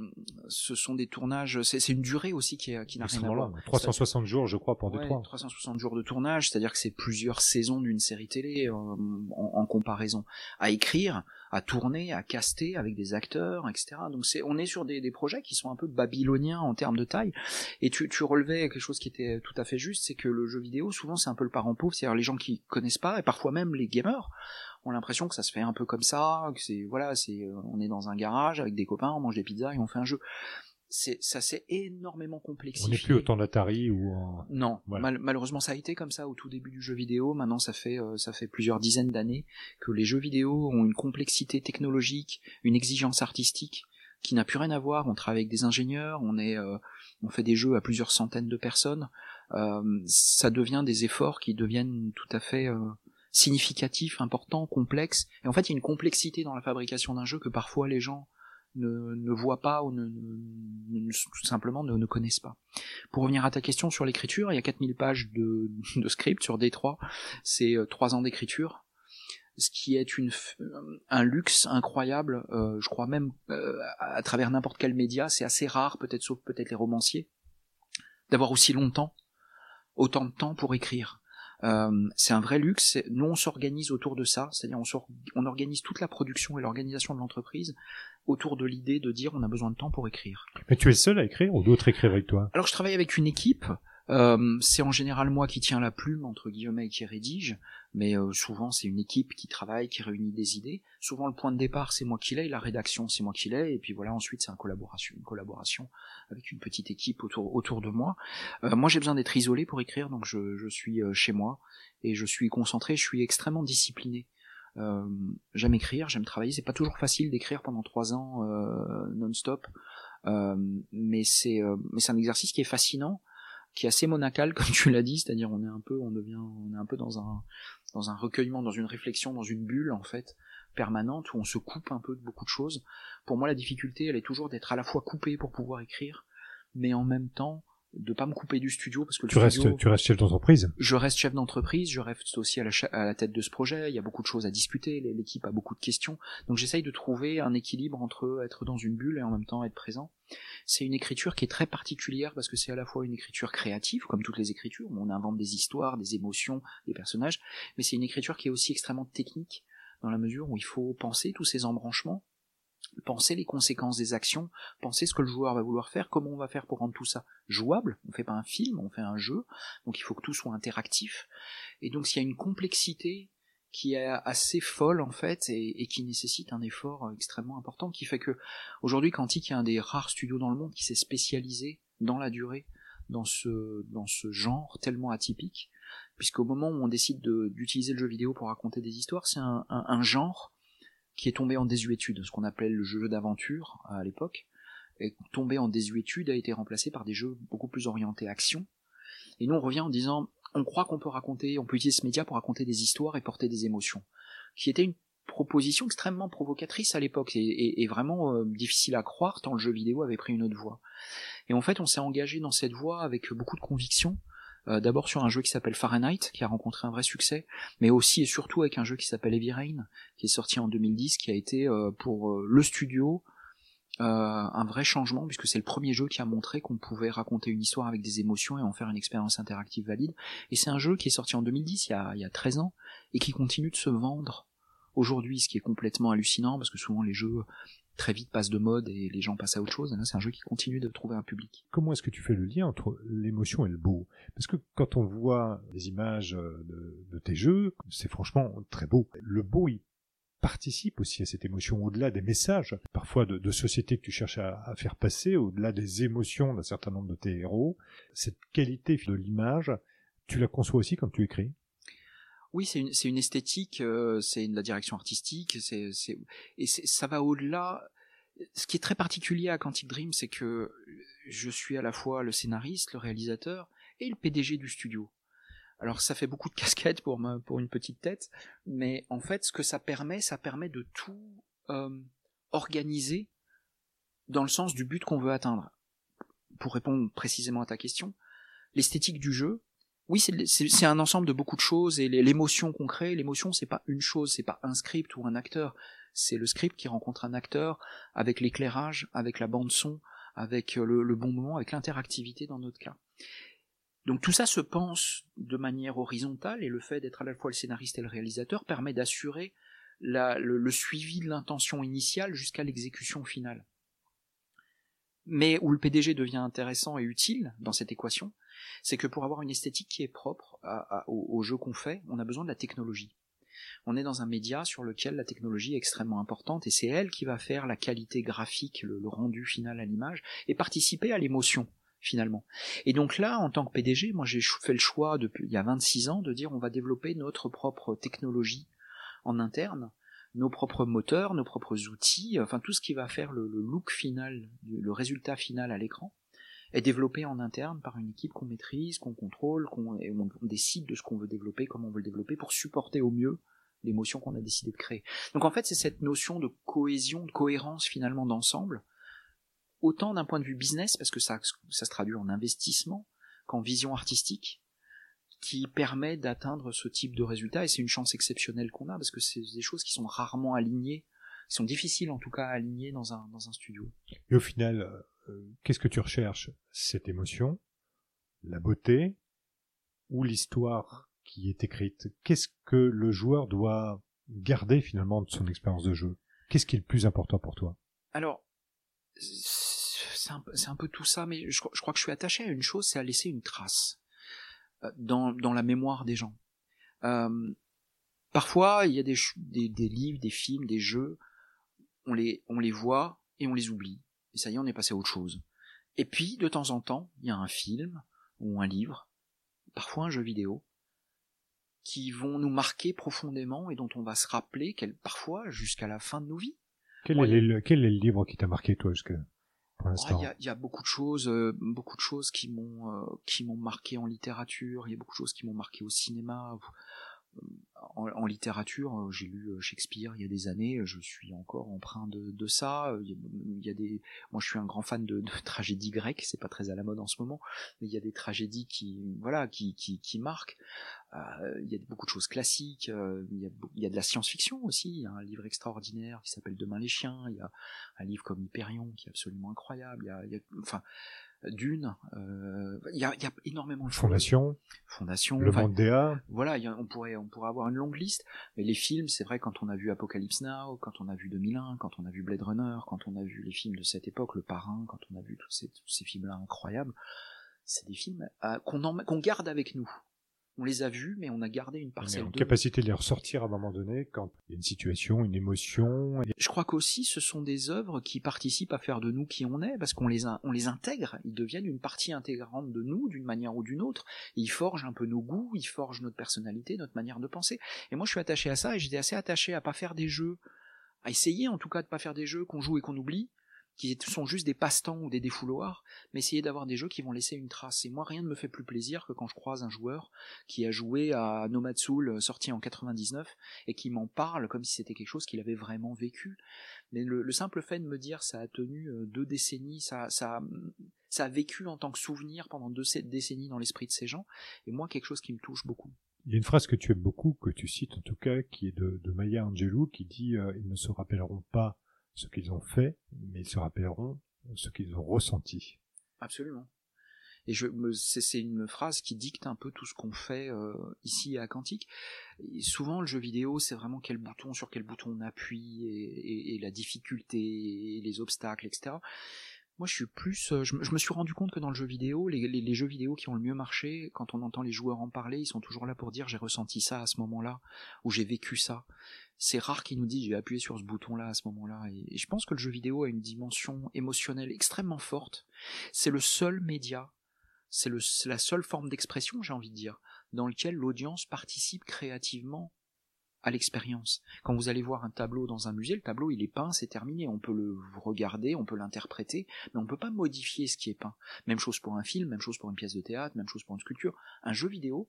ce sont des tournages, c'est, c'est une durée aussi qui, est, qui n'a rien à voir. trois cent soixante jours je crois pour ouais, Détroit. trois cent soixante jours de tournage, c'est-à-dire que c'est plusieurs saisons d'une série télé euh, en, en comparaison. À écrire, à tourner, à caster avec des acteurs, et cetera. Donc c'est, on est sur des, des projets qui sont un peu babyloniens en termes de taille. Et tu, tu relevais quelque chose qui était tout à fait juste, c'est que le jeu vidéo, souvent c'est un peu le parent pauvre, c'est-à-dire les gens qui connaissent pas, et parfois même les gamers, ont l'impression que ça se fait un peu comme ça, que c'est, voilà, c'est, on est dans un garage avec des copains, on mange des pizzas et on fait un jeu. c'est, ça s'est énormément complexifié. On n'est plus autant d'Atari ou en... Non, voilà. mal, malheureusement ça a été comme ça au tout début du jeu vidéo. Maintenant ça fait euh, ça fait plusieurs dizaines d'années que les jeux vidéo ont une complexité technologique, une exigence artistique qui n'a plus rien à voir. On travaille avec des ingénieurs, on est euh, on fait des jeux à plusieurs centaines de personnes. Euh, ça devient des efforts qui deviennent tout à fait euh, significatifs, importants, complexes. Et en fait, il y a une complexité dans la fabrication d'un jeu que parfois les gens ne, ne voient pas ou ne, ne, ne tout simplement ne, ne connaissent pas. Pour revenir à ta question sur l'écriture, il y a quatre mille pages de, de script sur D trois, c'est euh, trois ans d'écriture, ce qui est une, un luxe incroyable, euh, je crois même euh, à, à travers n'importe quel média, c'est assez rare, peut-être sauf peut-être les romanciers, d'avoir aussi longtemps, autant de temps pour écrire. Euh, c'est un vrai luxe. Nous on s'organise autour de ça, c'est-à-dire on, on organise toute la production et l'organisation de l'entreprise autour de l'idée de dire on a besoin de temps pour écrire. Mais tu es seul à écrire ou d'autres écrivent avec toi? Alors je travaille avec une équipe, euh, c'est en général moi qui tiens la plume entre guillemets et qui rédige, mais euh, souvent c'est une équipe qui travaille, qui réunit des idées. Souvent le point de départ c'est moi qui l'ai, la rédaction c'est moi qui l'ai, et puis voilà ensuite c'est une collaboration, une collaboration avec une petite équipe autour autour de moi. Euh, moi j'ai besoin d'être isolé pour écrire, donc je, je suis euh, chez moi et je suis concentré, je suis extrêmement discipliné. Euh, j'aime écrire, j'aime travailler. C'est pas toujours facile d'écrire pendant trois ans euh, non-stop, euh, mais c'est euh, mais c'est un exercice qui est fascinant, qui est assez monacal comme tu l'as dit, c'est-à-dire on est un peu, on devient, on est un peu dans un dans un recueillement, dans une réflexion, dans une bulle en fait permanente où on se coupe un peu de beaucoup de choses. Pour moi, la difficulté, elle est toujours d'être à la fois coupé pour pouvoir écrire, mais en même temps de pas me couper du studio parce que le tu studio, restes tu restes chef d'entreprise. Je reste chef d'entreprise, je reste aussi à la, à la tête de ce projet, il y a beaucoup de choses à discuter, l'équipe a beaucoup de questions, donc j'essaye de trouver un équilibre entre être dans une bulle et en même temps être présent. C'est une écriture qui est très particulière parce que c'est à la fois une écriture créative, comme toutes les écritures, où on invente des histoires, des émotions, des personnages, mais c'est une écriture qui est aussi extrêmement technique, dans la mesure où il faut penser tous ces embranchements, penser les conséquences des actions, penser ce que le joueur va vouloir faire, comment on va faire pour rendre tout ça jouable. On fait pas un film, on fait un jeu, donc il faut que tout soit interactif. Et donc il y a une complexité qui est assez folle en fait et, et qui nécessite un effort extrêmement important, qui fait que aujourd'hui Quantic est un des rares studios dans le monde qui s'est spécialisé dans la durée, dans ce dans ce genre tellement atypique, puisqu'au moment où on décide de, d'utiliser le jeu vidéo pour raconter des histoires, c'est un, un, un genre qui est tombé en désuétude, ce qu'on appelait le jeu d'aventure à l'époque, est tombé en désuétude, a été remplacé par des jeux beaucoup plus orientés action. Et nous on revient en disant, on croit qu'on peut raconter, on peut utiliser ce média pour raconter des histoires et porter des émotions, qui était une proposition extrêmement provocatrice à l'époque et, et, et vraiment euh, difficile à croire tant le jeu vidéo avait pris une autre voie. Et en fait on s'est engagé dans cette voie avec beaucoup de conviction. Euh, d'abord sur un jeu qui s'appelle Fahrenheit, qui a rencontré un vrai succès, mais aussi et surtout avec un jeu qui s'appelle Heavy Rain, qui est sorti en deux mille dix, qui a été euh, pour euh, le studio euh, un vrai changement, puisque c'est le premier jeu qui a montré qu'on pouvait raconter une histoire avec des émotions et en faire une expérience interactive valide. Et c'est un jeu qui est sorti en deux mille dix, il y a, il y a treize ans, et qui continue de se vendre aujourd'hui, ce qui est complètement hallucinant, parce que souvent les jeux très vite passent de mode et les gens passent à autre chose. Là, c'est un jeu qui continue de trouver un public. Comment est-ce que tu fais le lien entre l'émotion et le beau? Parce que quand on voit des images de, de tes jeux, c'est franchement très beau. Le beau, il participe aussi à cette émotion, au-delà des messages, parfois de, de société que tu cherches à, à faire passer, au-delà des émotions d'un certain nombre de tes héros. Cette qualité de l'image, tu la conçois aussi quand tu écris? Oui, c'est une, c'est une esthétique, euh, c'est de la direction artistique, c'est, c'est, et c'est, ça va au-delà. Ce qui est très particulier à Quantic Dream, c'est que je suis à la fois le scénariste, le réalisateur et le P D G du studio. Alors ça fait beaucoup de casquettes pour, ma, pour une petite tête, mais en fait ce que ça permet, ça permet de tout euh, organiser dans le sens du but qu'on veut atteindre. Pour répondre précisément à ta question, l'esthétique du jeu, oui, c'est, c'est, c'est un ensemble de beaucoup de choses, et l'émotion qu'on crée, l'émotion c'est pas une chose, c'est pas un script ou un acteur, c'est le script qui rencontre un acteur, avec l'éclairage, avec la bande son, avec le, le bon moment, avec l'interactivité dans notre cas. Donc tout ça se pense de manière horizontale, et le fait d'être à la fois le scénariste et le réalisateur permet d'assurer la, le, le suivi de l'intention initiale jusqu'à l'exécution finale. Mais où le P D G devient intéressant et utile dans cette équation, c'est que pour avoir une esthétique qui est propre à, à, au, au jeu qu'on fait, on a besoin de la technologie. On est dans un média sur lequel la technologie est extrêmement importante et c'est elle qui va faire la qualité graphique, le, le rendu final à l'image et participer à l'émotion finalement. Et donc là, en tant que P D G, moi j'ai fait le choix depuis il y a vingt-six ans de dire on va développer notre propre technologie en interne, nos propres moteurs, nos propres outils, enfin tout ce qui va faire le, le look final, le résultat final à l'écran, est développé en interne par une équipe qu'on maîtrise, qu'on contrôle, qu'on, et on, on décide de ce qu'on veut développer, comment on veut le développer, pour supporter au mieux l'émotion qu'on a décidé de créer. Donc en fait, c'est cette notion de cohésion, de cohérence finalement d'ensemble, autant d'un point de vue business, parce que ça, ça se traduit en investissement, qu'en vision artistique, qui permet d'atteindre ce type de résultat, et c'est une chance exceptionnelle qu'on a, parce que c'est des choses qui sont rarement alignées, qui sont difficiles en tout cas à aligner dans un, dans un studio. Et au final, euh, qu'est-ce que tu recherches? Cette émotion, la beauté, ou l'histoire qui est écrite? Qu'est-ce que le joueur doit garder finalement de son expérience de jeu? Qu'est-ce qui est le plus important pour toi? Alors, c'est un, c'est un peu tout ça, mais je, je crois que je suis attaché à une chose, c'est à laisser une trace dans, dans la mémoire des gens. Euh, parfois, il y a des, des, des livres, des films, des jeux, on les, on les voit et on les oublie. Et ça y est, on est passé à autre chose. Et puis, de temps en temps, il y a un film ou un livre, parfois un jeu vidéo, qui vont nous marquer profondément et dont on va se rappeler, quel, parfois jusqu'à la fin de nos vies. Quel, Moi, est, le, quel est le livre qui t'a marqué, toi, jusqu'à pour l'instant? Il oh, y, y a beaucoup de choses, euh, beaucoup de choses qui m'ont, euh, qui m'ont marqué en littérature. Il y a beaucoup de choses qui m'ont marqué au cinéma. En, en littérature, j'ai lu Shakespeare il y a des années. Je suis encore empreint de, de ça. Il y, a, il y a des, moi, je suis un grand fan de, de tragédies grecques. C'est pas très à la mode en ce moment, mais il y a des tragédies qui, voilà, qui, qui, qui marquent. Euh, il y a beaucoup de choses classiques. Euh, il y a, il y a de la science-fiction aussi. Il y a un livre extraordinaire qui s'appelle Demain les chiens. Il y a un livre comme Hyperion qui est absolument incroyable. Il y a, il y a enfin. Dune, euh, il y a, il y a énormément de Fondation, Fondation, Le enfin, Monde D A. Voilà, il y a, on pourrait, on pourrait avoir une longue liste. Mais les films, c'est vrai, quand on a vu Apocalypse Now, quand on a vu deux mille un, quand on a vu Blade Runner, quand on a vu les films de cette époque, Le Parrain, quand on a vu tous ces, tous ces films-là incroyables, c'est des films euh, qu'on, en, qu'on garde avec nous. On les a vus, mais on a gardé une parcelle on est en de capacité de les ressortir à un moment donné quand il y a une situation, une émotion. Je crois qu'aussi ce sont des œuvres qui participent à faire de nous qui on est, parce qu'on les, in- on les intègre, ils deviennent une partie intégrante de nous d'une manière ou d'une autre, et ils forgent un peu nos goûts, ils forgent notre personnalité, notre manière de penser. Et moi je suis attaché à ça, et j'étais assez attaché à pas faire des jeux, à essayer en tout cas de pas faire des jeux qu'on joue et qu'on oublie, qui sont juste des passe-temps ou des défouloirs, mais essayer d'avoir des jeux qui vont laisser une trace. Et moi, rien ne me fait plus plaisir que quand je croise un joueur qui a joué à Nomad Soul, sorti en quatre-vingt-dix-neuf, et qui m'en parle comme si c'était quelque chose qu'il avait vraiment vécu. Mais le, le simple fait de me dire ça a tenu deux décennies, ça, ça, ça a vécu en tant que souvenir pendant deux décennies dans l'esprit de ces gens, et moi, quelque chose qui me touche beaucoup. Il y a une phrase que tu aimes beaucoup, que tu cites en tout cas, qui est de, de Maya Angelou, qui dit euh, « Ils ne se rappelleront pas ce qu'ils ont fait, mais ils se rappelleront ce qu'ils ont ressenti. » Absolument. Et je, c'est, c'est une phrase qui dicte un peu tout ce qu'on fait euh, ici à Quantique. Et souvent, le jeu vidéo, c'est vraiment quel bouton, sur quel bouton on appuie, et, et, et la difficulté, et les obstacles, et cetera. Moi, je suis plus, je me, je me suis rendu compte que dans le jeu vidéo, les, les, les jeux vidéo qui ont le mieux marché, quand on entend les joueurs en parler, ils sont toujours là pour dire j'ai ressenti ça à ce moment-là, ou j'ai vécu ça. C'est rare qu'ils nous disent j'ai appuyé sur ce bouton-là à ce moment-là. Et, et je pense que le jeu vidéo a une dimension émotionnelle extrêmement forte. C'est le seul média, c'est, le, c'est la seule forme d'expression, j'ai envie de dire, dans lequel l'audience participe créativement à l'expérience. Quand vous allez voir un tableau dans un musée, le tableau il est peint, c'est terminé, on peut le regarder, on peut l'interpréter, mais on peut pas modifier ce qui est peint. Même chose pour un film, même chose pour une pièce de théâtre, même chose pour une sculpture. Un jeu vidéo,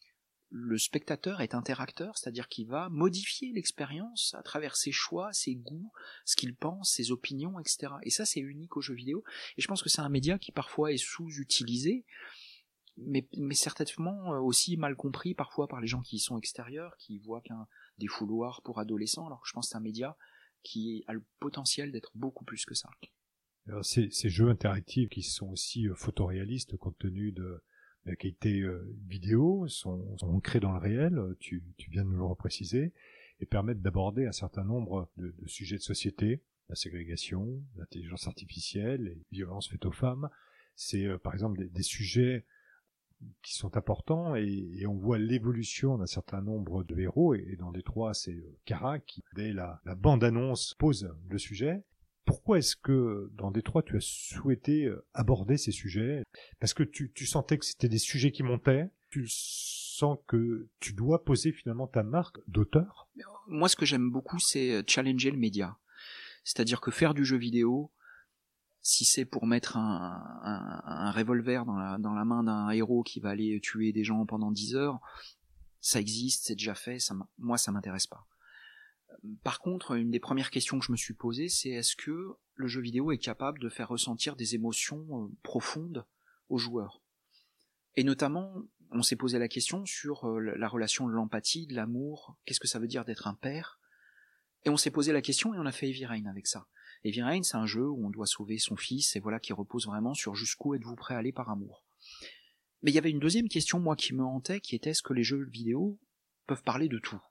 le spectateur est interacteur, c'est-à-dire qu'il va modifier l'expérience à travers ses choix, ses goûts, ce qu'il pense, ses opinions, et cetera. Et ça c'est unique au jeu vidéo, et je pense que c'est un média qui parfois est sous-utilisé, mais, mais certainement aussi mal compris parfois par les gens qui y sont extérieurs, qui voient qu'un défouloir pour adolescents, alors que je pense que c'est un média qui a le potentiel d'être beaucoup plus que ça. Alors ces, ces jeux interactifs qui sont aussi euh, photoréalistes compte tenu de, de la qualité euh, vidéo, sont, sont ancrés dans le réel, tu, tu viens de nous le repréciser, et permettent d'aborder un certain nombre de, de sujets de société, la ségrégation, l'intelligence artificielle, les violences faites aux femmes. C'est euh, par exemple des, des sujets qui sont importants et, et on voit l'évolution d'un certain nombre de héros et, et dans Détroit c'est euh, Kara qui dès la, la bande-annonce pose le sujet. Pourquoi est-ce que dans Détroit tu as souhaité aborder ces sujets? Parce que tu, tu sentais que c'était des sujets qui montaient, tu sens que tu dois poser finalement ta marque d'auteur? Moi ce que j'aime beaucoup c'est challenger le média, c'est-à-dire que faire du jeu vidéo, si c'est pour mettre un, un, un revolver dans la, dans la main d'un héros qui va aller tuer des gens pendant dix heures, ça existe, c'est déjà fait, ça moi ça m'intéresse pas. Par contre, une des premières questions que je me suis posée, c'est est-ce que le jeu vidéo est capable de faire ressentir des émotions profondes aux joueurs? Et notamment, on s'est posé la question sur la relation de l'empathie, de l'amour, qu'est-ce que ça veut dire d'être un père? Et on s'est posé la question et on a fait Heavy Rain avec ça. Heavy Rain, c'est un jeu où on doit sauver son fils, et voilà, qui repose vraiment sur jusqu'où êtes-vous prêt à aller par amour. Mais il y avait une deuxième question, moi, qui me hantait, qui était est-ce que les jeux vidéo peuvent parler de tout?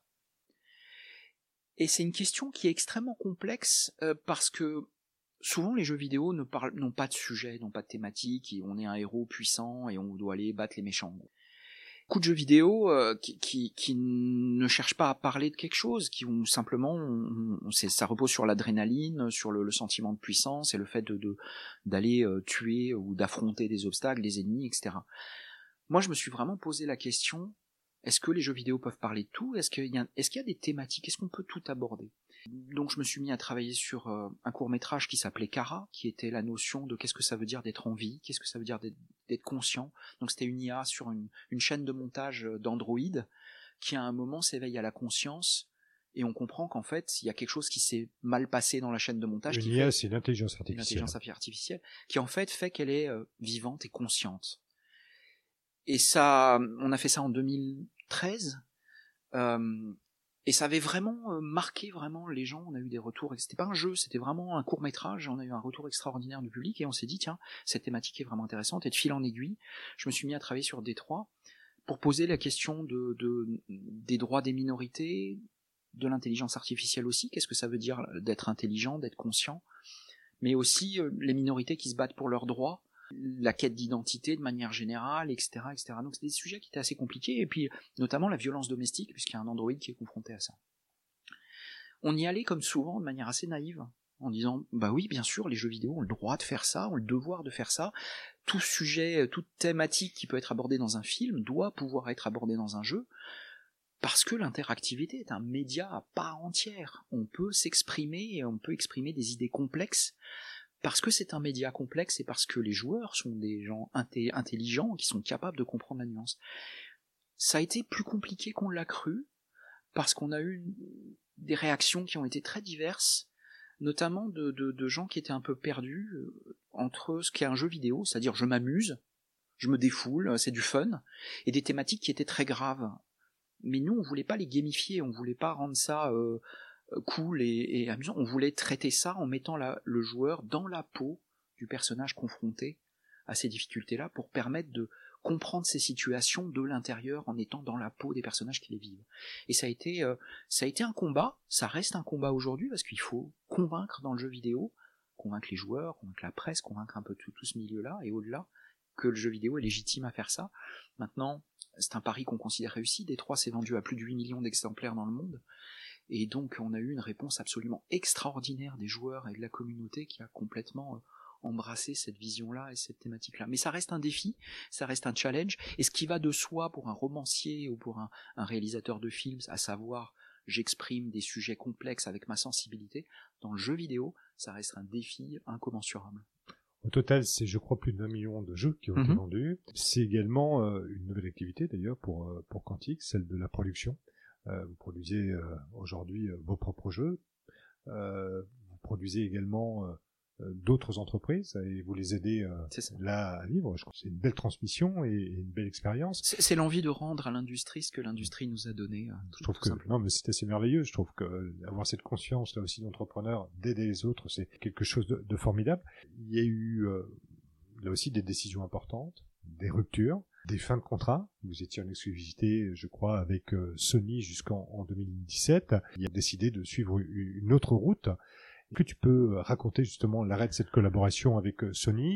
Et c'est une question qui est extrêmement complexe, euh, parce que souvent les jeux vidéo ne parlent, n'ont pas de sujet, n'ont pas de thématique, et on est un héros puissant et on doit aller battre les méchants. Beaucoup de jeux vidéo euh, qui, qui, qui ne cherchent pas à parler de quelque chose, qui ont simplement, on, on, c'est, ça repose sur l'adrénaline, sur le, le sentiment de puissance et le fait de, de d'aller euh, tuer ou d'affronter des obstacles, des ennemis, et cetera. Moi, je me suis vraiment posé la question, est-ce que les jeux vidéo peuvent parler de tout? Est-ce qu'il y a, est-ce qu'il y a des thématiques? Est-ce qu'on peut tout aborder? Donc je me suis mis à travailler sur euh, un court-métrage qui s'appelait Kara, qui était la notion de qu'est-ce que ça veut dire d'être en vie, qu'est-ce que ça veut dire d'être, d'être conscient. Donc c'était une I A sur une, une chaîne de montage d'Android qui à un moment s'éveille à la conscience et on comprend qu'en fait il y a quelque chose qui s'est mal passé dans la chaîne de montage. Une qui I A, fait, c'est l'intelligence artificielle. L'intelligence artificielle, qui en fait fait qu'elle est euh, vivante et consciente. Et ça, on a fait ça en deux mille treize. Euh, Et ça avait vraiment euh, marqué vraiment les gens, on a eu des retours, et c'était pas un jeu, c'était vraiment un court-métrage, on a eu un retour extraordinaire du public, et on s'est dit, tiens, cette thématique est vraiment intéressante, et de fil en aiguille, je me suis mis à travailler sur Détroit, pour poser la question de, de, des droits des minorités, de l'intelligence artificielle aussi, qu'est-ce que ça veut dire d'être intelligent, d'être conscient, mais aussi euh, les minorités qui se battent pour leurs droits, la quête d'identité de manière générale, et cetera, et cetera. Donc c'est des sujets qui étaient assez compliqués, et puis notamment la violence domestique, puisqu'il y a un Android qui est confronté à ça. On y allait comme souvent de manière assez naïve, en disant bah oui, bien sûr, les jeux vidéo ont le droit de faire ça, ont le devoir de faire ça. Tout sujet, toute thématique qui peut être abordée dans un film doit pouvoir être abordée dans un jeu, parce que l'interactivité est un média à part entière. On peut s'exprimer, et on peut exprimer des idées complexes. Parce que c'est un média complexe et parce que les joueurs sont des gens inté- intelligents qui sont capables de comprendre la nuance. Ça a été plus compliqué qu'on l'a cru, parce qu'on a eu des réactions qui ont été très diverses, notamment de, de, de gens qui étaient un peu perdus euh, entre ce qu'est un jeu vidéo, c'est-à-dire je m'amuse, je me défoule, c'est du fun, et des thématiques qui étaient très graves. Mais nous, on voulait pas les gamifier, on voulait pas rendre ça... Euh, cool et, et amusant, on voulait traiter ça en mettant la, le joueur dans la peau du personnage confronté à ces difficultés-là pour permettre de comprendre ces situations de l'intérieur en étant dans la peau des personnages qui les vivent. Et ça a été, euh, ça a été un combat, ça reste un combat aujourd'hui parce qu'il faut convaincre dans le jeu vidéo, convaincre les joueurs, convaincre la presse, convaincre un peu tout, tout ce milieu-là et au-delà que le jeu vidéo est légitime à faire ça. Maintenant, c'est un pari qu'on considère réussi. Détroit s'est vendu à plus de huit millions d'exemplaires dans le monde. Et donc on a eu une réponse absolument extraordinaire des joueurs et de la communauté qui a complètement embrassé cette vision-là et cette thématique-là. Mais ça reste un défi, ça reste un challenge, et ce qui va de soi pour un romancier ou pour un, un réalisateur de films, à savoir j'exprime des sujets complexes avec ma sensibilité, dans le jeu vidéo, ça reste un défi incommensurable. Au total, c'est, je crois, plus d'un million de jeux qui ont mm-hmm. été vendus. C'est également euh, une nouvelle activité, d'ailleurs, pour, euh, pour Quantic, celle de la production. Euh, vous produisez euh, aujourd'hui euh, vos propres jeux, euh, vous produisez également euh, d'autres entreprises et vous les aidez euh, là à vivre. Je crois que c'est une belle transmission et, et une belle expérience. C'est, c'est l'envie de rendre à l'industrie ce que l'industrie nous a donné. Euh, je trouve que simplement. Non, mais c'est assez merveilleux. Je trouve que euh, avoir cette conscience là aussi d'entrepreneur, d'aider les autres, c'est quelque chose de, de formidable. Il y a eu euh, là aussi des décisions importantes, des ruptures, des fins de contrat. Vous étiez en exclusivité, je crois, avec euh, Sony jusqu'en en deux mille dix-sept. Il a décidé de suivre une autre route. Est-ce que tu peux raconter justement l'arrêt de cette collaboration avec euh, Sony,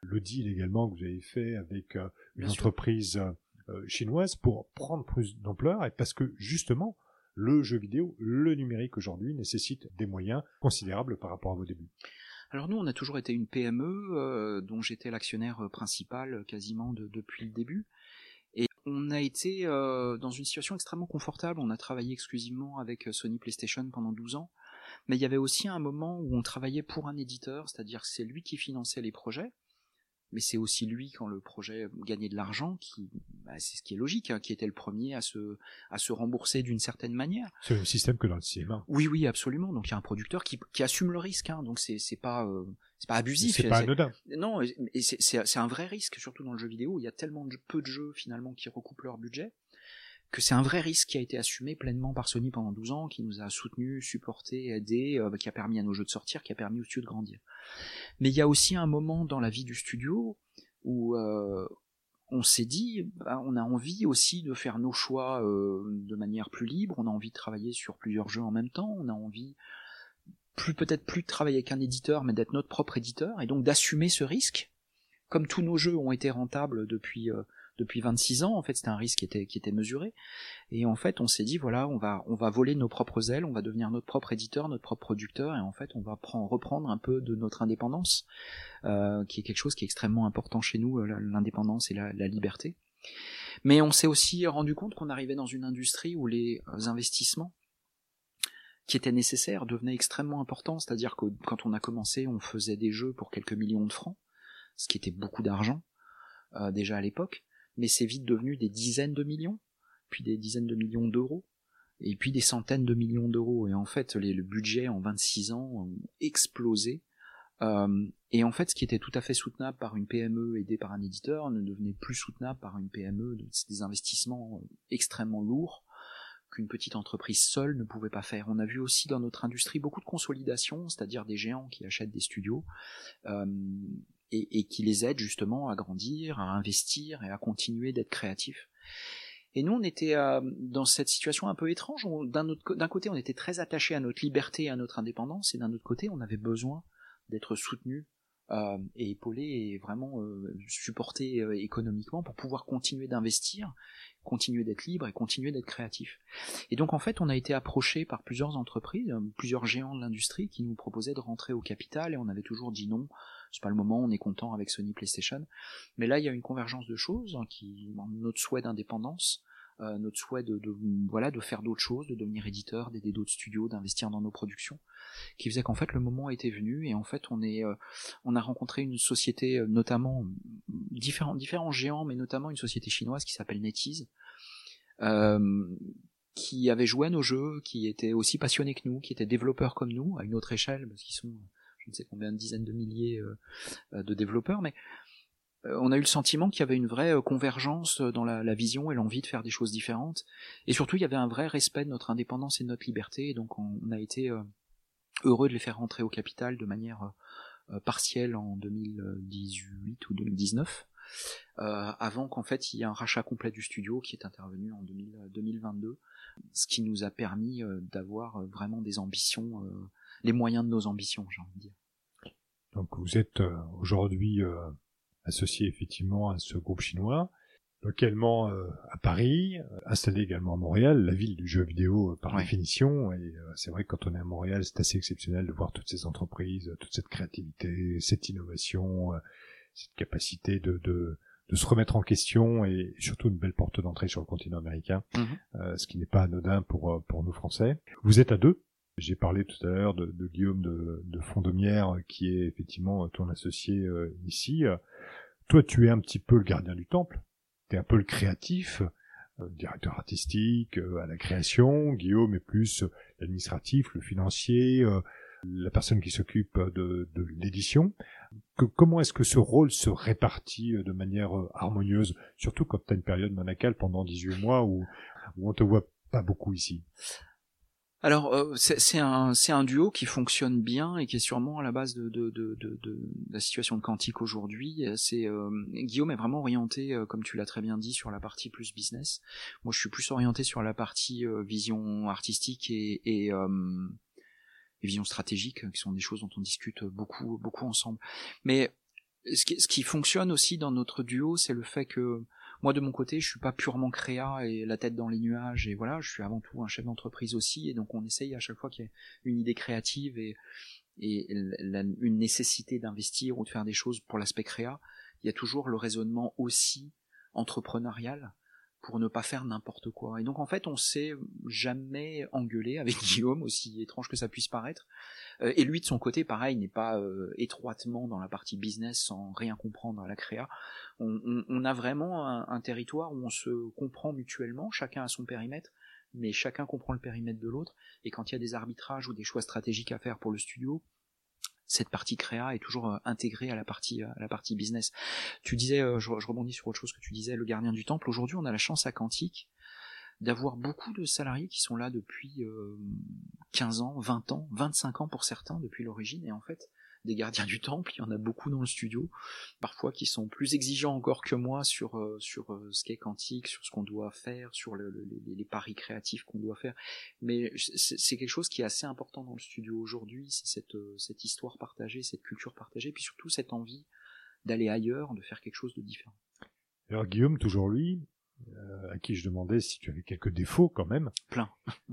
le deal également que vous avez fait avec euh, une Bien sûr. entreprise euh, chinoise pour prendre plus d'ampleur, et parce que justement, le jeu vidéo, le numérique aujourd'hui nécessite des moyens considérables par rapport à vos débuts. Alors nous, on a toujours été une P M E euh, dont j'étais l'actionnaire principal quasiment de, depuis le début. Et on a été euh, dans une situation extrêmement confortable. On a travaillé exclusivement avec Sony PlayStation pendant douze ans. Mais il y avait aussi un moment où on travaillait pour un éditeur, c'est-à-dire que c'est lui qui finançait les projets. Mais c'est aussi lui, quand le projet gagnait de l'argent, qui, bah, c'est ce qui est logique, hein, qui était le premier à se, à se rembourser d'une certaine manière. C'est le même système que dans le cinéma. Oui, oui, absolument. Donc il y a un producteur qui, qui assume le risque, hein, donc c'est, c'est pas, euh, c'est pas abusif. C'est pas anodin. Non, et c'est, c'est, c'est un vrai risque, surtout dans le jeu vidéo. Il y a tellement de, peu de jeux finalement qui recoupent leur budget, que c'est un vrai risque qui a été assumé pleinement par Sony pendant douze ans, qui nous a soutenus, supportés, aidés, euh, qui a permis à nos jeux de sortir, qui a permis au studio de grandir. Mais il y a aussi un moment dans la vie du studio où euh, on s'est dit, bah, on a envie aussi de faire nos choix euh, de manière plus libre, on a envie de travailler sur plusieurs jeux en même temps, on a envie plus peut-être plus de travailler avec un éditeur, mais d'être notre propre éditeur, et donc d'assumer ce risque. Comme tous nos jeux ont été rentables depuis euh, depuis vingt-six ans, en fait, c'était un risque qui était qui était mesuré. Et en fait, on s'est dit voilà, on va on va voler nos propres ailes, on va devenir notre propre éditeur, notre propre producteur, et en fait, on va prendre, reprendre un peu de notre indépendance, euh, qui est quelque chose qui est extrêmement important chez nous, l'indépendance et la, la liberté. Mais on s'est aussi rendu compte qu'on arrivait dans une industrie où les investissements qui étaient nécessaires devenaient extrêmement importants, c'est-à-dire que quand on a commencé, on faisait des jeux pour quelques millions de francs, ce qui était beaucoup d'argent euh, déjà à l'époque, mais c'est vite devenu des dizaines de millions, puis des dizaines de millions d'euros, et puis des centaines de millions d'euros. Et en fait, les, le budget en vingt-six ans ont explosé. Euh, et en fait, ce qui était tout à fait soutenable par une P M E aidée par un éditeur ne devenait plus soutenable par une P M E. C'est des investissements extrêmement lourds qu'une petite entreprise seule ne pouvait pas faire. On a vu aussi dans notre industrie beaucoup de consolidation, c'est-à-dire des géants qui achètent des studios euh, et, et qui les aident justement à grandir, à investir et à continuer d'être créatifs. Et nous, on était euh, dans cette situation un peu étrange. On, d'un, autre, d'un côté, on était très attachés à notre liberté et à notre indépendance, et d'un autre côté, on avait besoin d'être soutenus euh, et épaulés et vraiment euh, supportés euh, économiquement pour pouvoir continuer d'investir, continuer d'être libre et continuer d'être créatif. Et donc en fait, on a été approché par plusieurs entreprises, plusieurs géants de l'industrie qui nous proposaient de rentrer au capital, et on avait toujours dit non, c'est pas le moment, on est content avec Sony PlayStation. Mais là, il y a une convergence de choses, hein, qui notre souhait d'indépendance, euh, notre souhait de, de voilà de faire d'autres choses, de devenir éditeur, d'aider d'autres studios, d'investir dans nos productions, qui faisait qu'en fait le moment était venu, et en fait on est euh, on a rencontré une société, euh, notamment différents différents géants, mais notamment une société chinoise qui s'appelle NetEase, euh, qui avait joué à nos jeux, qui était aussi passionné que nous, qui était développeur comme nous, à une autre échelle, parce qu'ils sont je ne sais combien de dizaines de milliers euh, de développeurs, mais euh, on a eu le sentiment qu'il y avait une vraie euh, convergence dans la, la vision et l'envie de faire des choses différentes, et surtout il y avait un vrai respect de notre indépendance et de notre liberté, et donc on, on a été euh, heureux de les faire rentrer au capital de manière euh, partielle en deux mille dix-huit ou deux mille dix-neuf, euh, avant qu'en fait il y ait un rachat complet du studio qui est intervenu en deux mille vingt-deux, ce qui nous a permis euh, d'avoir euh, vraiment des ambitions, euh, les moyens de nos ambitions, j'ai envie de dire. Donc vous êtes euh, aujourd'hui euh, associé effectivement à ce groupe chinois, localement euh, à Paris, euh, installé également à Montréal, la ville du jeu vidéo euh, par ouais. définition, et euh, c'est vrai que quand on est à Montréal, c'est assez exceptionnel de voir toutes ces entreprises, toute cette créativité, cette innovation, euh, cette capacité de, de, de se remettre en question, et surtout une belle porte d'entrée sur le continent américain, mmh. euh, ce qui n'est pas anodin pour, pour nous Français. Vous êtes à deux. J'ai parlé tout à l'heure de, de Guillaume de, de Fondomière, qui est effectivement ton associé euh, ici. Toi, tu es un petit peu le gardien du temple. Tu es un peu le créatif, euh, directeur artistique, euh, à la création. Guillaume est plus l'administratif, le financier, euh, la personne qui s'occupe de, de l'édition. Que, comment est-ce que ce rôle se répartit de manière euh, harmonieuse, surtout quand tu as une période monacale pendant dix-huit mois où, où on te voit pas beaucoup ici? Alors euh, c'est, c'est un c'est un duo qui fonctionne bien et qui est sûrement à la base de de de de, de la situation de Quantique aujourd'hui. C'est euh, Guillaume est vraiment orienté, euh, comme tu l'as très bien dit, sur la partie plus business. Moi, je suis plus orienté sur la partie euh, vision artistique et et, euh, et vision stratégique, qui sont des choses dont on discute beaucoup beaucoup ensemble. Mais ce qui, ce qui fonctionne aussi dans notre duo, c'est le fait que moi de mon côté, je suis pas purement créa et la tête dans les nuages et voilà, je suis avant tout un chef d'entreprise aussi et donc on essaye à chaque fois qu'il y a une idée créative et, et la, une nécessité d'investir ou de faire des choses pour l'aspect créa, il y a toujours le raisonnement aussi entrepreneurial pour ne pas faire n'importe quoi. Et donc en fait, on s'est jamais engueulé avec Guillaume, aussi étrange que ça puisse paraître. Euh, et lui, de son côté, pareil, n'est pas euh, étroitement dans la partie business sans rien comprendre à la créa. On, on, on a vraiment un, un territoire où on se comprend mutuellement, chacun a son périmètre, mais chacun comprend le périmètre de l'autre. Et quand il y a des arbitrages ou des choix stratégiques à faire pour le studio, cette partie créa est toujours euh, intégrée à la partie à la partie business. Tu disais, euh, je, je rebondis sur autre chose que tu disais, le gardien du temple. Aujourd'hui, on a la chance à Quantique d'avoir beaucoup de salariés qui sont là depuis euh, quinze ans, vingt ans, vingt-cinq ans pour certains depuis l'origine. Et en fait, des gardiens du temple, il y en a beaucoup dans le studio, parfois qui sont plus exigeants encore que moi sur euh, sur euh, ce qu'est Quantique, sur ce qu'on doit faire, sur le, le, les, les paris créatifs qu'on doit faire. Mais c'est, c'est quelque chose qui est assez important dans le studio aujourd'hui, c'est cette euh, cette histoire partagée, cette culture partagée, puis surtout cette envie d'aller ailleurs, de faire quelque chose de différent. Alors Guillaume, toujours lui, euh, à qui je demandais si tu avais quelques défauts quand même. Plein.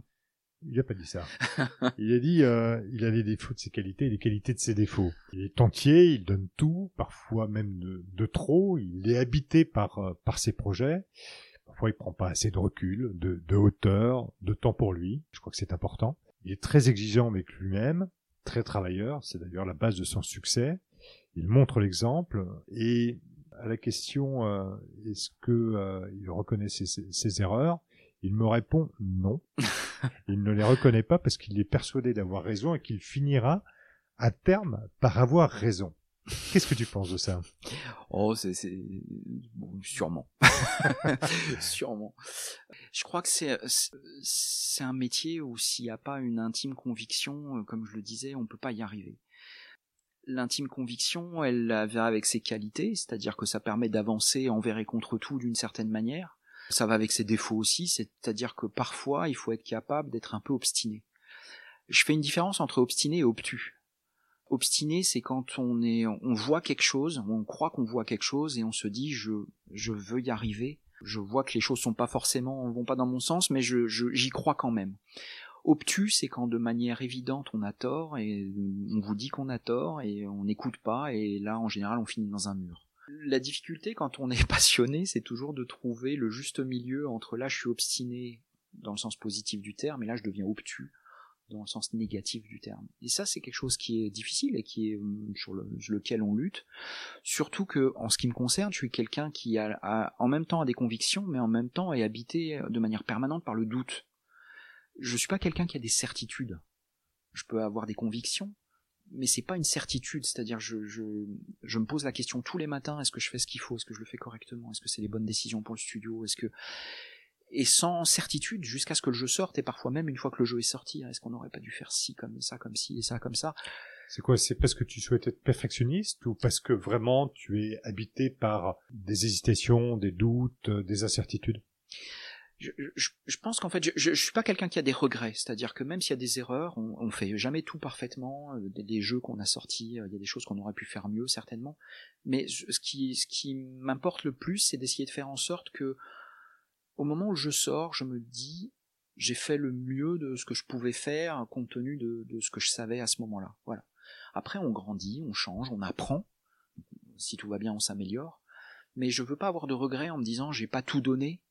Il n'a pas dit ça. Il a dit euh, il a les défauts de ses qualités et les qualités de ses défauts. Il est entier, il donne tout, parfois même de, de trop. Il est habité par euh, par ses projets. Parfois, il prend pas assez de recul, de, de hauteur, de temps pour lui. Je crois que c'est important. Il est très exigeant avec lui-même, très travailleur. C'est d'ailleurs la base de son succès. Il montre l'exemple et à la question euh, est-ce que euh, il reconnaît ses, ses, ses erreurs, il me répond non. Il ne les reconnaît pas parce qu'il est persuadé d'avoir raison et qu'il finira à terme par avoir raison. Qu'est-ce que tu penses de ça? Oh, c'est, c'est... Bon, sûrement. Sûrement. Je crois que c'est, c'est un métier où s'il n'y a pas une intime conviction, comme je le disais, on peut pas y arriver. L'intime conviction, elle va avec ses qualités, c'est-à-dire que ça permet d'avancer envers et contre tout d'une certaine manière. Ça va avec ses défauts aussi, c'est-à-dire que parfois, il faut être capable d'être un peu obstiné. Je fais une différence entre obstiné et obtus. Obstiné, c'est quand on est, on voit quelque chose, on croit qu'on voit quelque chose et on se dit je, je veux y arriver. Je vois que les choses sont pas forcément, vont pas dans mon sens, mais je, je, j'y crois quand même. Obtus, c'est quand de manière évidente on a tort et on vous dit qu'on a tort et on n'écoute pas et là en général on finit dans un mur. La difficulté quand on est passionné, c'est toujours de trouver le juste milieu entre là je suis obstiné dans le sens positif du terme et là je deviens obtus dans le sens négatif du terme. Et ça c'est quelque chose qui est difficile et qui est sur, le, sur lequel on lutte. Surtout que en ce qui me concerne, je suis quelqu'un qui a, a en même temps a des convictions mais en même temps est habité de manière permanente par le doute. Je suis pas quelqu'un qui a des certitudes. Je peux avoir des convictions, mais c'est pas une certitude, c'est-à-dire je, je, je me pose la question tous les matins, est-ce que je fais ce qu'il faut, est-ce que je le fais correctement, est-ce que c'est les bonnes décisions pour le studio, est-ce que... Et sans certitude, jusqu'à ce que le jeu sorte, et parfois même une fois que le jeu est sorti, est-ce qu'on n'aurait pas dû faire ci comme ça, comme ci, et ça comme ça. C'est quoi, c'est parce que tu souhaites être perfectionniste, ou parce que vraiment tu es habité par des hésitations, des doutes, des incertitudes? Je, je, je pense qu'en fait, je, je, je suis pas quelqu'un qui a des regrets, c'est-à-dire que même s'il y a des erreurs, on, on fait jamais tout parfaitement. Des, des jeux qu'on a sortis, il y a des choses qu'on aurait pu faire mieux certainement. Mais ce qui, ce qui m'importe le plus, c'est d'essayer de faire en sorte que, au moment où je sors, je me dis, j'ai fait le mieux de ce que je pouvais faire compte tenu de, de ce que je savais à ce moment-là. Voilà. Après, on grandit, on change, on apprend. Si tout va bien, on s'améliore. Mais je veux pas avoir de regrets en me disant, j'ai pas tout donné.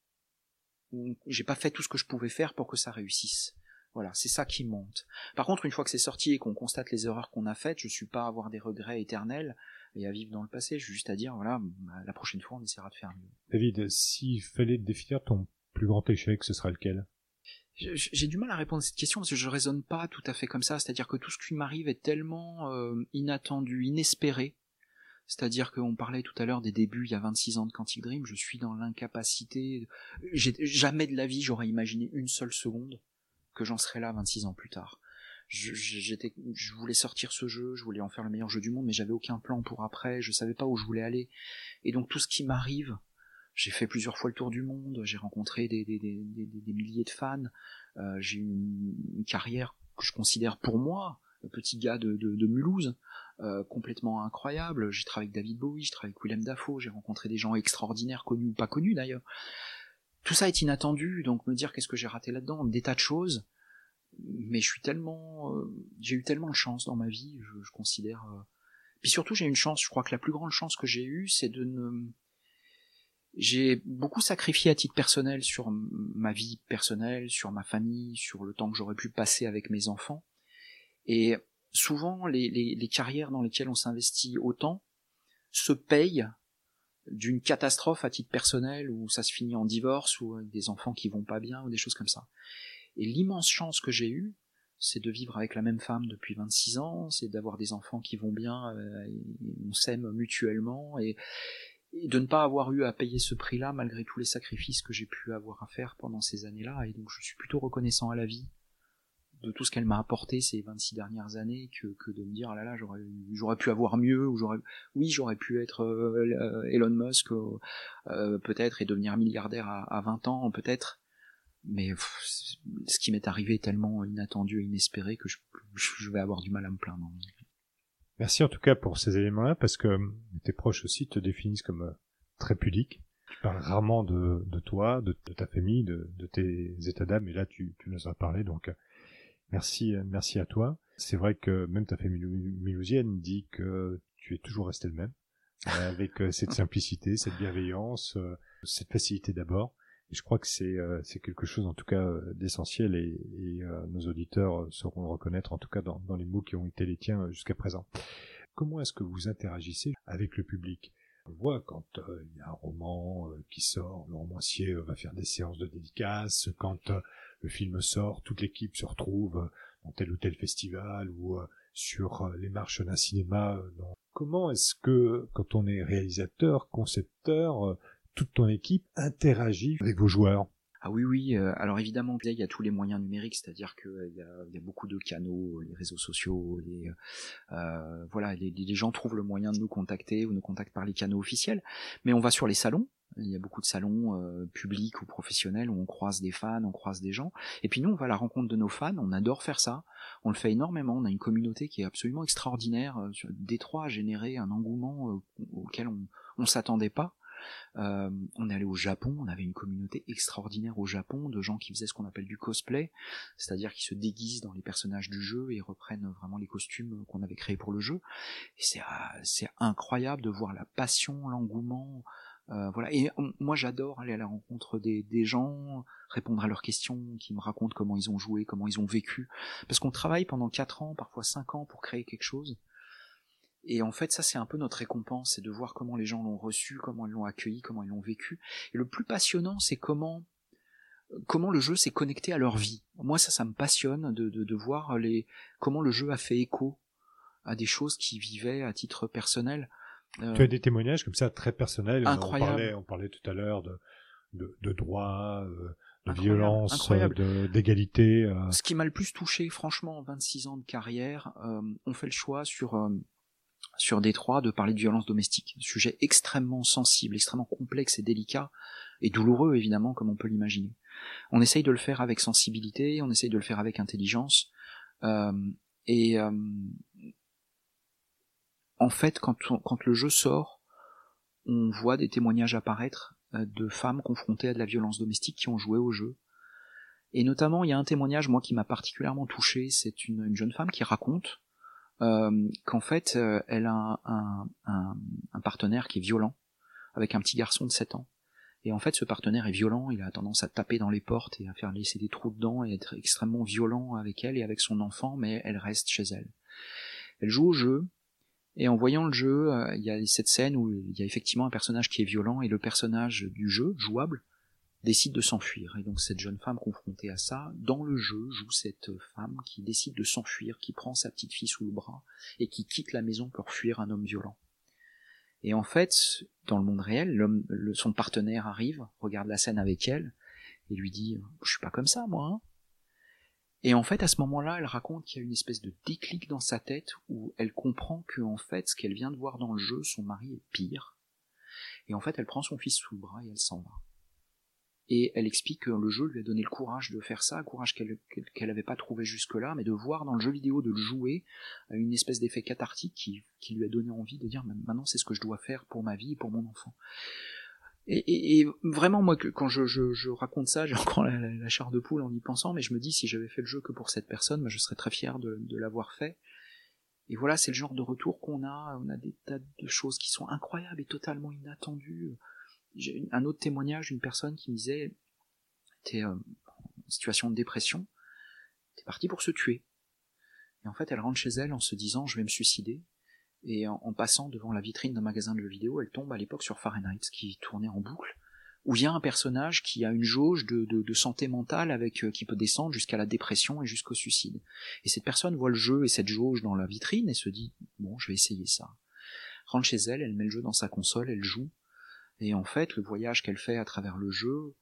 J'ai pas fait tout ce que je pouvais faire pour que ça réussisse. Voilà, c'est ça qui monte. Par contre, une fois que c'est sorti et qu'on constate les erreurs qu'on a faites, je suis pas à avoir des regrets éternels et à vivre dans le passé. Je suis juste à dire, voilà, la prochaine fois, on essaiera de faire mieux. David, s'il fallait définir ton plus grand échec, ce serait lequel? J'ai du mal à répondre à cette question parce que je raisonne pas tout à fait comme ça. C'est-à-dire que tout ce qui m'arrive est tellement euh, inattendu, inespéré. C'est-à-dire qu'on parlait tout à l'heure des débuts il y a vingt-six ans de Quantic Dream, je suis dans l'incapacité, j'ai, jamais de la vie j'aurais imaginé une seule seconde que j'en serais là vingt-six ans plus tard. Je, j'étais, je voulais sortir ce jeu, je voulais en faire le meilleur jeu du monde, mais j'avais aucun plan pour après, je savais pas où je voulais aller. Et donc tout ce qui m'arrive, j'ai fait plusieurs fois le tour du monde, j'ai rencontré des, des, des, des, des milliers de fans, euh, j'ai eu une, une carrière que je considère pour moi petit gars de, de, de Mulhouse, euh, complètement incroyable. J'ai travaillé avec David Bowie, j'ai travaillé avec Willem Dafoe, j'ai rencontré des gens extraordinaires, connus ou pas connus d'ailleurs. Tout ça est inattendu, donc me dire qu'est-ce que j'ai raté là-dedans, des tas de choses. Mais je suis tellement, euh, j'ai eu tellement de chance dans ma vie, je, je considère. Euh... Puis surtout, j'ai une chance. Je crois que la plus grande chance que j'ai eue, c'est de ne. J'ai beaucoup sacrifié à titre personnel sur ma vie personnelle, sur ma famille, sur le temps que j'aurais pu passer avec mes enfants. Et souvent, les, les, les carrières dans lesquelles on s'investit autant se payent d'une catastrophe à titre personnel, où ça se finit en divorce, ou avec des enfants qui vont pas bien, ou des choses comme ça. Et l'immense chance que j'ai eue, c'est de vivre avec la même femme depuis vingt-six ans, c'est d'avoir des enfants qui vont bien, euh, et on s'aime mutuellement, et, et de ne pas avoir eu à payer ce prix-là, malgré tous les sacrifices que j'ai pu avoir à faire pendant ces années-là. Et donc je suis plutôt reconnaissant à la vie de tout ce qu'elle m'a apporté ces vingt-six dernières années, que, que de me dire, ah là là, j'aurais, j'aurais pu avoir mieux, ou j'aurais, oui, j'aurais pu être euh, Elon Musk, euh, peut-être, et devenir milliardaire à, à vingt ans, peut-être. Mais pff, ce qui m'est arrivé est tellement inattendu et inespéré que je, je vais avoir du mal à me plaindre. Merci en tout cas pour ces éléments-là, parce que tes proches aussi te définissent comme euh, très pudique. Tu parles rarement de, de toi, de, de ta famille, de, de tes états d'âme, et là tu, tu nous as parlé, donc euh, merci, merci à toi. C'est vrai que même ta famille mulhousienne dit que tu es toujours resté le même, euh, avec euh, cette simplicité, cette bienveillance, euh, cette facilité d'abord. Et je crois que c'est euh, c'est quelque chose en tout cas euh, d'essentiel, et, et euh, nos auditeurs euh, sauront le reconnaître en tout cas dans, dans les mots qui ont été les tiens euh, jusqu'à présent. Comment est-ce que vous interagissez avec le public? On voit quand il euh, y a un roman euh, qui sort, le romancier euh, va faire des séances de dédicaces, quand euh, le film sort, toute l'équipe se retrouve euh, dans tel ou tel festival, ou euh, sur euh, les marches d'un cinéma. Euh, dans... Comment est-ce que, quand on est réalisateur, concepteur, euh, toute ton équipe interagit avec vos joueurs? Ah oui, oui. Euh, alors évidemment, il y a tous les moyens numériques, c'est-à-dire que euh, il y a, il y a beaucoup de canaux, les réseaux sociaux, les, euh, voilà, les, les gens trouvent le moyen de nous contacter ou nous contactent par les canaux officiels. Mais on va sur les salons. Il y a beaucoup de salons euh, publics ou professionnels où on croise des fans, on croise des gens. Et puis nous, on va à la rencontre de nos fans. On adore faire ça. On le fait énormément. On a une communauté qui est absolument extraordinaire. Euh, Détroit a généré un engouement euh, auquel on, on s'attendait pas. Euh, on est allé au Japon, on avait une communauté extraordinaire au Japon de gens qui faisaient ce qu'on appelle du cosplay, c'est-à-dire qui se déguisent dans les personnages du jeu et reprennent vraiment les costumes qu'on avait créés pour le jeu. Et c'est, c'est incroyable de voir la passion, l'engouement. Euh, voilà. Et on, moi j'adore aller à la rencontre des, des gens, répondre à leurs questions, qui me racontent comment ils ont joué, comment ils ont vécu. Parce qu'on travaille pendant quatre ans, parfois cinq ans pour créer quelque chose. Et en fait, ça, c'est un peu notre récompense, c'est de voir comment les gens l'ont reçu, comment ils l'ont accueilli, comment ils l'ont vécu. Et le plus passionnant, c'est comment comment le jeu s'est connecté à leur vie. Moi, ça, ça me passionne de, de, de voir les comment le jeu a fait écho à des choses qu'ils vivaient à titre personnel. Euh, tu as des témoignages comme ça très personnels. Incroyable. On parlait, on parlait tout à l'heure de de, de droit, de incroyable, violence, incroyable. De, d'égalité. Euh... Ce qui m'a le plus touché, franchement, en vingt-six ans de carrière, euh, on fait le choix sur euh, sur Détroit de parler de violence domestique, un sujet extrêmement sensible, extrêmement complexe et délicat, et douloureux évidemment comme on peut l'imaginer. On essaye de le faire avec sensibilité, on essaye de le faire avec intelligence, euh, et euh, en fait quand, on, quand le jeu sort, on voit des témoignages apparaître de femmes confrontées à de la violence domestique qui ont joué au jeu. Et notamment il y a un témoignage moi qui m'a particulièrement touché, c'est une, une jeune femme qui raconte Euh, qu'en fait euh, elle a un, un, un partenaire qui est violent avec un petit garçon de sept ans, et en fait ce partenaire est violent, il a tendance à taper dans les portes et à faire laisser des trous dedans et être extrêmement violent avec elle et avec son enfant, mais elle reste chez elle. Elle joue au jeu, et en voyant le jeu, euh, il y a cette scène où il y a effectivement un personnage qui est violent, et le personnage du jeu, jouable, décide de s'enfuir. Et donc cette jeune femme confrontée à ça, dans le jeu, joue cette femme qui décide de s'enfuir, qui prend sa petite fille sous le bras et qui quitte la maison pour fuir un homme violent. Et en fait, dans le monde réel, l'homme, le, son partenaire arrive, regarde la scène avec elle et lui dit « Je suis pas comme ça, moi hein !» Et en fait, à ce moment-là, elle raconte qu'il y a une espèce de déclic dans sa tête où elle comprend que en fait, ce qu'elle vient de voir dans le jeu, son mari est pire. Et en fait, elle prend son fils sous le bras et elle s'en va. Et elle explique que le jeu lui a donné le courage de faire ça, un courage qu'elle qu'elle n'avait pas trouvé jusque-là, mais de voir dans le jeu vidéo, de le jouer, une espèce d'effet cathartique qui, qui lui a donné envie de dire maintenant c'est ce que je dois faire pour ma vie et pour mon enfant. Et, et, et vraiment, moi, que, quand je, je, je raconte ça, j'ai encore la, la, la chair de poule en y pensant, mais je me dis, si j'avais fait le jeu que pour cette personne, bah, je serais très fier de, de l'avoir fait. Et voilà, c'est le genre de retour qu'on a. On a des tas de choses qui sont incroyables et totalement inattendues. J'ai un autre témoignage d'une personne qui me disait, était euh, en situation de dépression, était partie pour se tuer. Et en fait, elle rentre chez elle en se disant, je vais me suicider. Et en, en passant devant la vitrine d'un magasin de jeux vidéo, elle tombe à l'époque sur Fahrenheit, qui tournait en boucle, où il y a un personnage qui a une jauge de, de, de santé mentale avec euh, qui peut descendre jusqu'à la dépression et jusqu'au suicide. Et cette personne voit le jeu et cette jauge dans la vitrine et se dit « bon, je vais essayer ça ». Rentre chez elle, elle met le jeu dans sa console, elle joue, et en fait, le voyage qu'elle fait à travers le jeu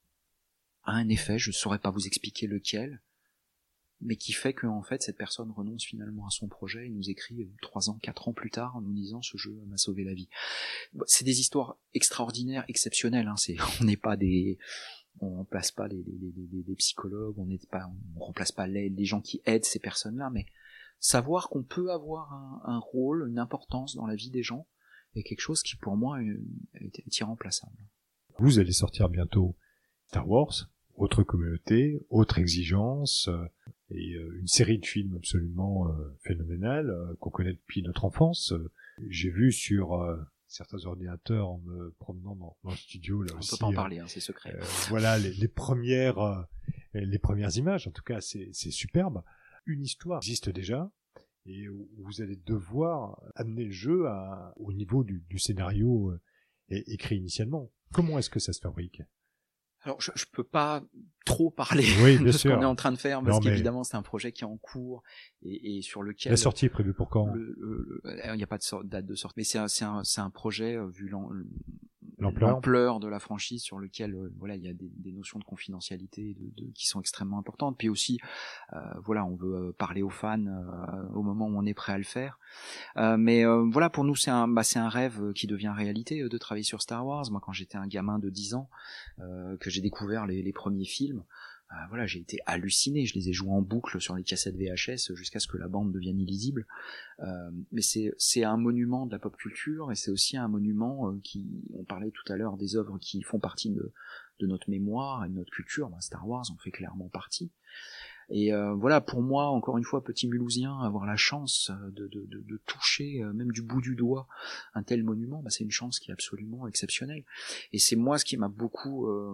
a un effet, je ne saurais pas vous expliquer lequel, mais qui fait que en fait cette personne renonce finalement à son projet et nous écrit trois ans, quatre ans plus tard en nous disant ce jeu m'a sauvé la vie. C'est des histoires extraordinaires, exceptionnelles. Hein. C'est, on n'est pas des, on remplace pas les, les, les, les psychologues, on n'est pas, on remplace pas les, les gens qui aident ces personnes-là, mais savoir qu'on peut avoir un, un rôle, une importance dans la vie des gens est quelque chose qui pour moi est, est irremplaçable. Vous allez sortir bientôt Star Wars. Autre communauté, autre exigence, euh, et euh, une série de films absolument euh, phénoménales euh, qu'on connaît depuis notre enfance. Euh, j'ai vu sur euh, certains ordinateurs en me promenant dans, dans le studio là on aussi. On peut pas en parler, hein, c'est secret. Euh, voilà les, les premières, euh, les premières images. En tout cas, c'est, c'est superbe. Une histoire existe déjà et où vous allez devoir amener le jeu à, au niveau du, du scénario euh, écrit initialement. Comment est-ce que ça se fabrique ? Alors, je, je peux pas trop parler oui, de ce sûr. qu'on est en train de faire, parce non, qu'évidemment, mais... c'est un projet qui est en cours et, et sur lequel... La sortie est prévue pour quand ? le, le, le, Il n'y a pas de so- date de sortie, mais c'est un, c'est un, c'est un projet, euh, vu l'en, l'ampleur. l'ampleur de la franchise, sur lequel euh, voilà, il y a des, des notions de confidentialité de, de, qui sont extrêmement importantes. Puis aussi, euh, voilà, on veut euh, parler aux fans euh, au moment où on est prêt à le faire. Euh, mais euh, voilà, pour nous, c'est un, bah, c'est un rêve qui devient réalité euh, de travailler sur Star Wars. Moi, quand j'étais un gamin de dix ans, euh, que j'ai découvert les, les premiers films, euh, voilà, j'ai été halluciné. Je les ai joués en boucle sur les cassettes V H S jusqu'à ce que la bande devienne illisible. Euh, mais c'est, c'est un monument de la pop culture et c'est aussi un monument euh, qui, on parlait tout à l'heure des œuvres qui font partie de, de notre mémoire et de notre culture. Ben, Star Wars en fait clairement partie. Et euh, voilà, pour moi, encore une fois, petit Mulhousien, avoir la chance de, de, de, de toucher, euh, même du bout du doigt, un tel monument, bah, c'est une chance qui est absolument exceptionnelle. Et c'est moi ce qui m'a beaucoup euh,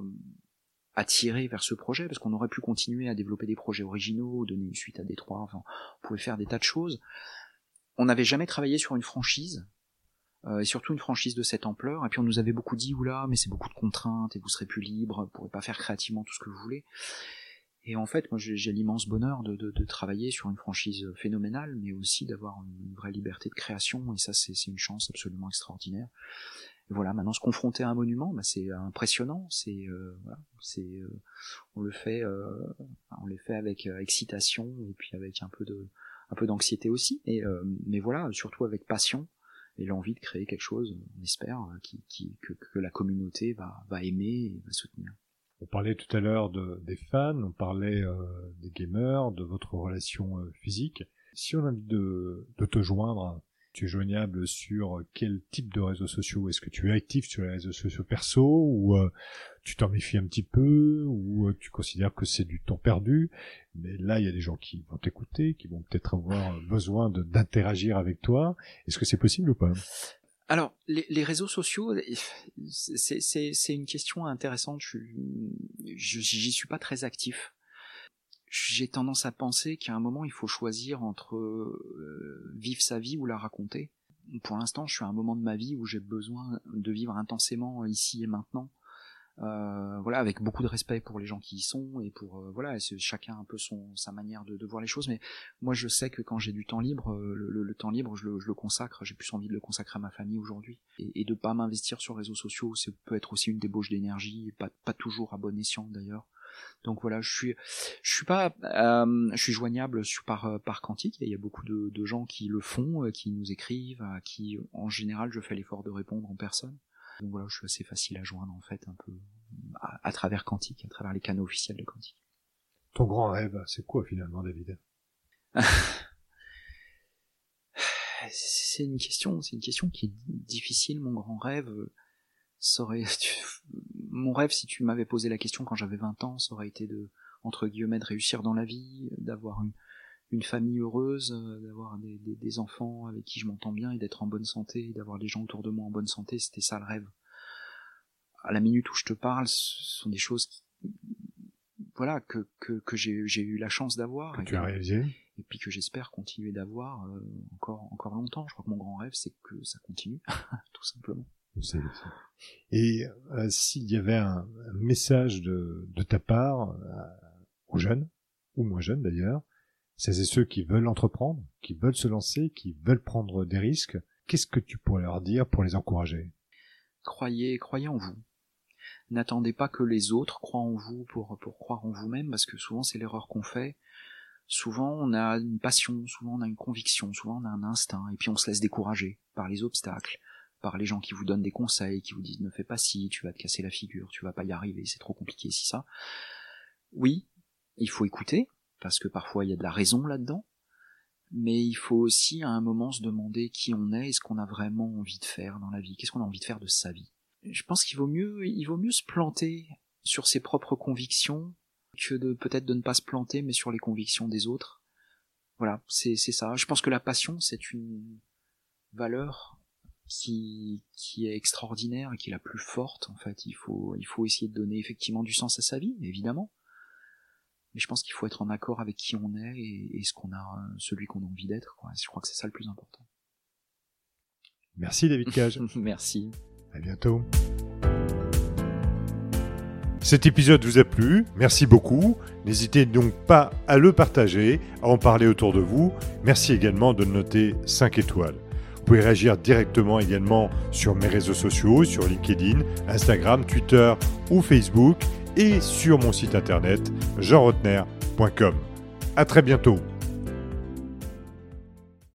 attiré vers ce projet, parce qu'on aurait pu continuer à développer des projets originaux, donner une suite à Détroit, enfin, on pouvait faire des tas de choses. On n'avait jamais travaillé sur une franchise, euh, et surtout une franchise de cette ampleur, et puis on nous avait beaucoup dit, oula, mais c'est beaucoup de contraintes, et vous serez plus libre, vous pourrez pas faire créativement tout ce que vous voulez. Et en fait, moi, j'ai, j'ai l'immense bonheur de, de, de travailler sur une franchise phénoménale, mais aussi d'avoir une vraie liberté de création, et ça, c'est, c'est une chance absolument extraordinaire. Et voilà, maintenant, se confronter à un monument, bah, c'est impressionnant, c'est, euh, voilà, c'est, euh, on le fait, euh, on le fait avec euh, excitation, et puis avec un peu de, un peu d'anxiété aussi, et, euh, mais voilà, surtout avec passion, et l'envie de créer quelque chose, on espère, qui, qui, que, que la communauté va, va aimer et va soutenir. On parlait tout à l'heure de, des fans, on parlait euh, des gamers, de votre relation euh, physique. Si on a envie de, de te joindre, tu es joignable sur quel type de réseaux sociaux ? Est-ce que tu es actif sur les réseaux sociaux perso ou euh, tu t'en méfies un petit peu ou euh, tu considères que c'est du temps perdu ? Mais là, il y a des gens qui vont t'écouter, qui vont peut-être avoir besoin de, d'interagir avec toi. Est-ce que c'est possible ou pas ? Alors, les, les réseaux sociaux, c'est, c'est, c'est une question intéressante. Je, je, j'y suis pas très actif. J'ai tendance à penser qu'à un moment, il faut choisir entre euh, vivre sa vie ou la raconter. Pour l'instant, je suis à un moment de ma vie où j'ai besoin de vivre intensément ici et maintenant. Euh, voilà, avec beaucoup de respect pour les gens qui y sont et pour euh, voilà, c'est chacun un peu son sa manière de, de voir les choses. Mais moi, je sais que quand j'ai du temps libre, euh, le, le temps libre, je le, je le consacre. J'ai plus envie de le consacrer à ma famille aujourd'hui et, et de pas m'investir sur les réseaux sociaux. Ça peut être aussi une débauche d'énergie, pas pas toujours à bon escient d'ailleurs. Donc voilà, je suis je suis pas euh, je suis joignable sur, par par Quantique. Il y a beaucoup de, de gens qui le font, qui nous écrivent, à qui en général je fais l'effort de répondre en personne. Donc voilà, je suis assez facile à joindre en fait, un peu à, à travers Quantique, à travers les canaux officiels de Quantique. Ton grand rêve, c'est quoi finalement, David? C'est une question, c'est une question qui est difficile. Mon grand rêve, ça aurait, mon rêve, si tu m'avais posé la question quand j'avais vingt ans, ça aurait été de, entre guillemets, de réussir dans la vie, d'avoir une, une famille heureuse, d'avoir des, des, des enfants avec qui je m'entends bien et d'être en bonne santé, d'avoir des gens autour de moi en bonne santé. C'était ça le rêve. À la minute où je te parle, ce sont des choses qui, voilà, que que que j'ai j'ai eu la chance d'avoir. Que tu as réalisé. Et puis que j'espère continuer d'avoir euh, encore encore longtemps. Je crois que mon grand rêve, c'est que ça continue, tout simplement. C'est, c'est... Et euh, s'il y avait un, un message de, de ta part euh, aux jeunes, ou moins jeunes d'ailleurs, celles et ceux qui veulent entreprendre, qui veulent se lancer, qui veulent prendre des risques, qu'est-ce que tu pourrais leur dire pour les encourager? Croyez, croyez en vous. N'attendez pas que les autres croient en vous pour pour croire en vous-même, parce que souvent c'est l'erreur qu'on fait. Souvent on a une passion, souvent on a une conviction, souvent on a un instinct, et puis on se laisse décourager par les obstacles, par les gens qui vous donnent des conseils, qui vous disent ne fais pas ci, tu vas te casser la figure, tu vas pas y arriver, c'est trop compliqué, si ça. Oui, il faut écouter, parce que parfois il y a de la raison là-dedans, mais il faut aussi à un moment se demander qui on est et ce qu'on a vraiment envie de faire dans la vie, qu'est-ce qu'on a envie de faire de sa vie. Je pense qu'il vaut mieux, il vaut mieux se planter sur ses propres convictions que de peut-être de ne pas se planter, mais sur les convictions des autres. Voilà, c'est c'est ça. Je pense que la passion, c'est une valeur qui qui est extraordinaire et qui est la plus forte. En fait, il faut il faut essayer de donner effectivement du sens à sa vie, évidemment. Mais je pense qu'il faut être en accord avec qui on est et, et ce qu'on a, celui qu'on a envie d'être, quoi. Je crois que c'est ça le plus important. Merci David Cage. Merci. À bientôt. Cet épisode vous a plu, merci beaucoup. N'hésitez donc pas à le partager, à en parler autour de vous. Merci également de noter cinq étoiles. Vous pouvez réagir directement également sur mes réseaux sociaux, sur LinkedIn, Instagram, Twitter ou Facebook et sur mon site internet jean rotner point com. À très bientôt.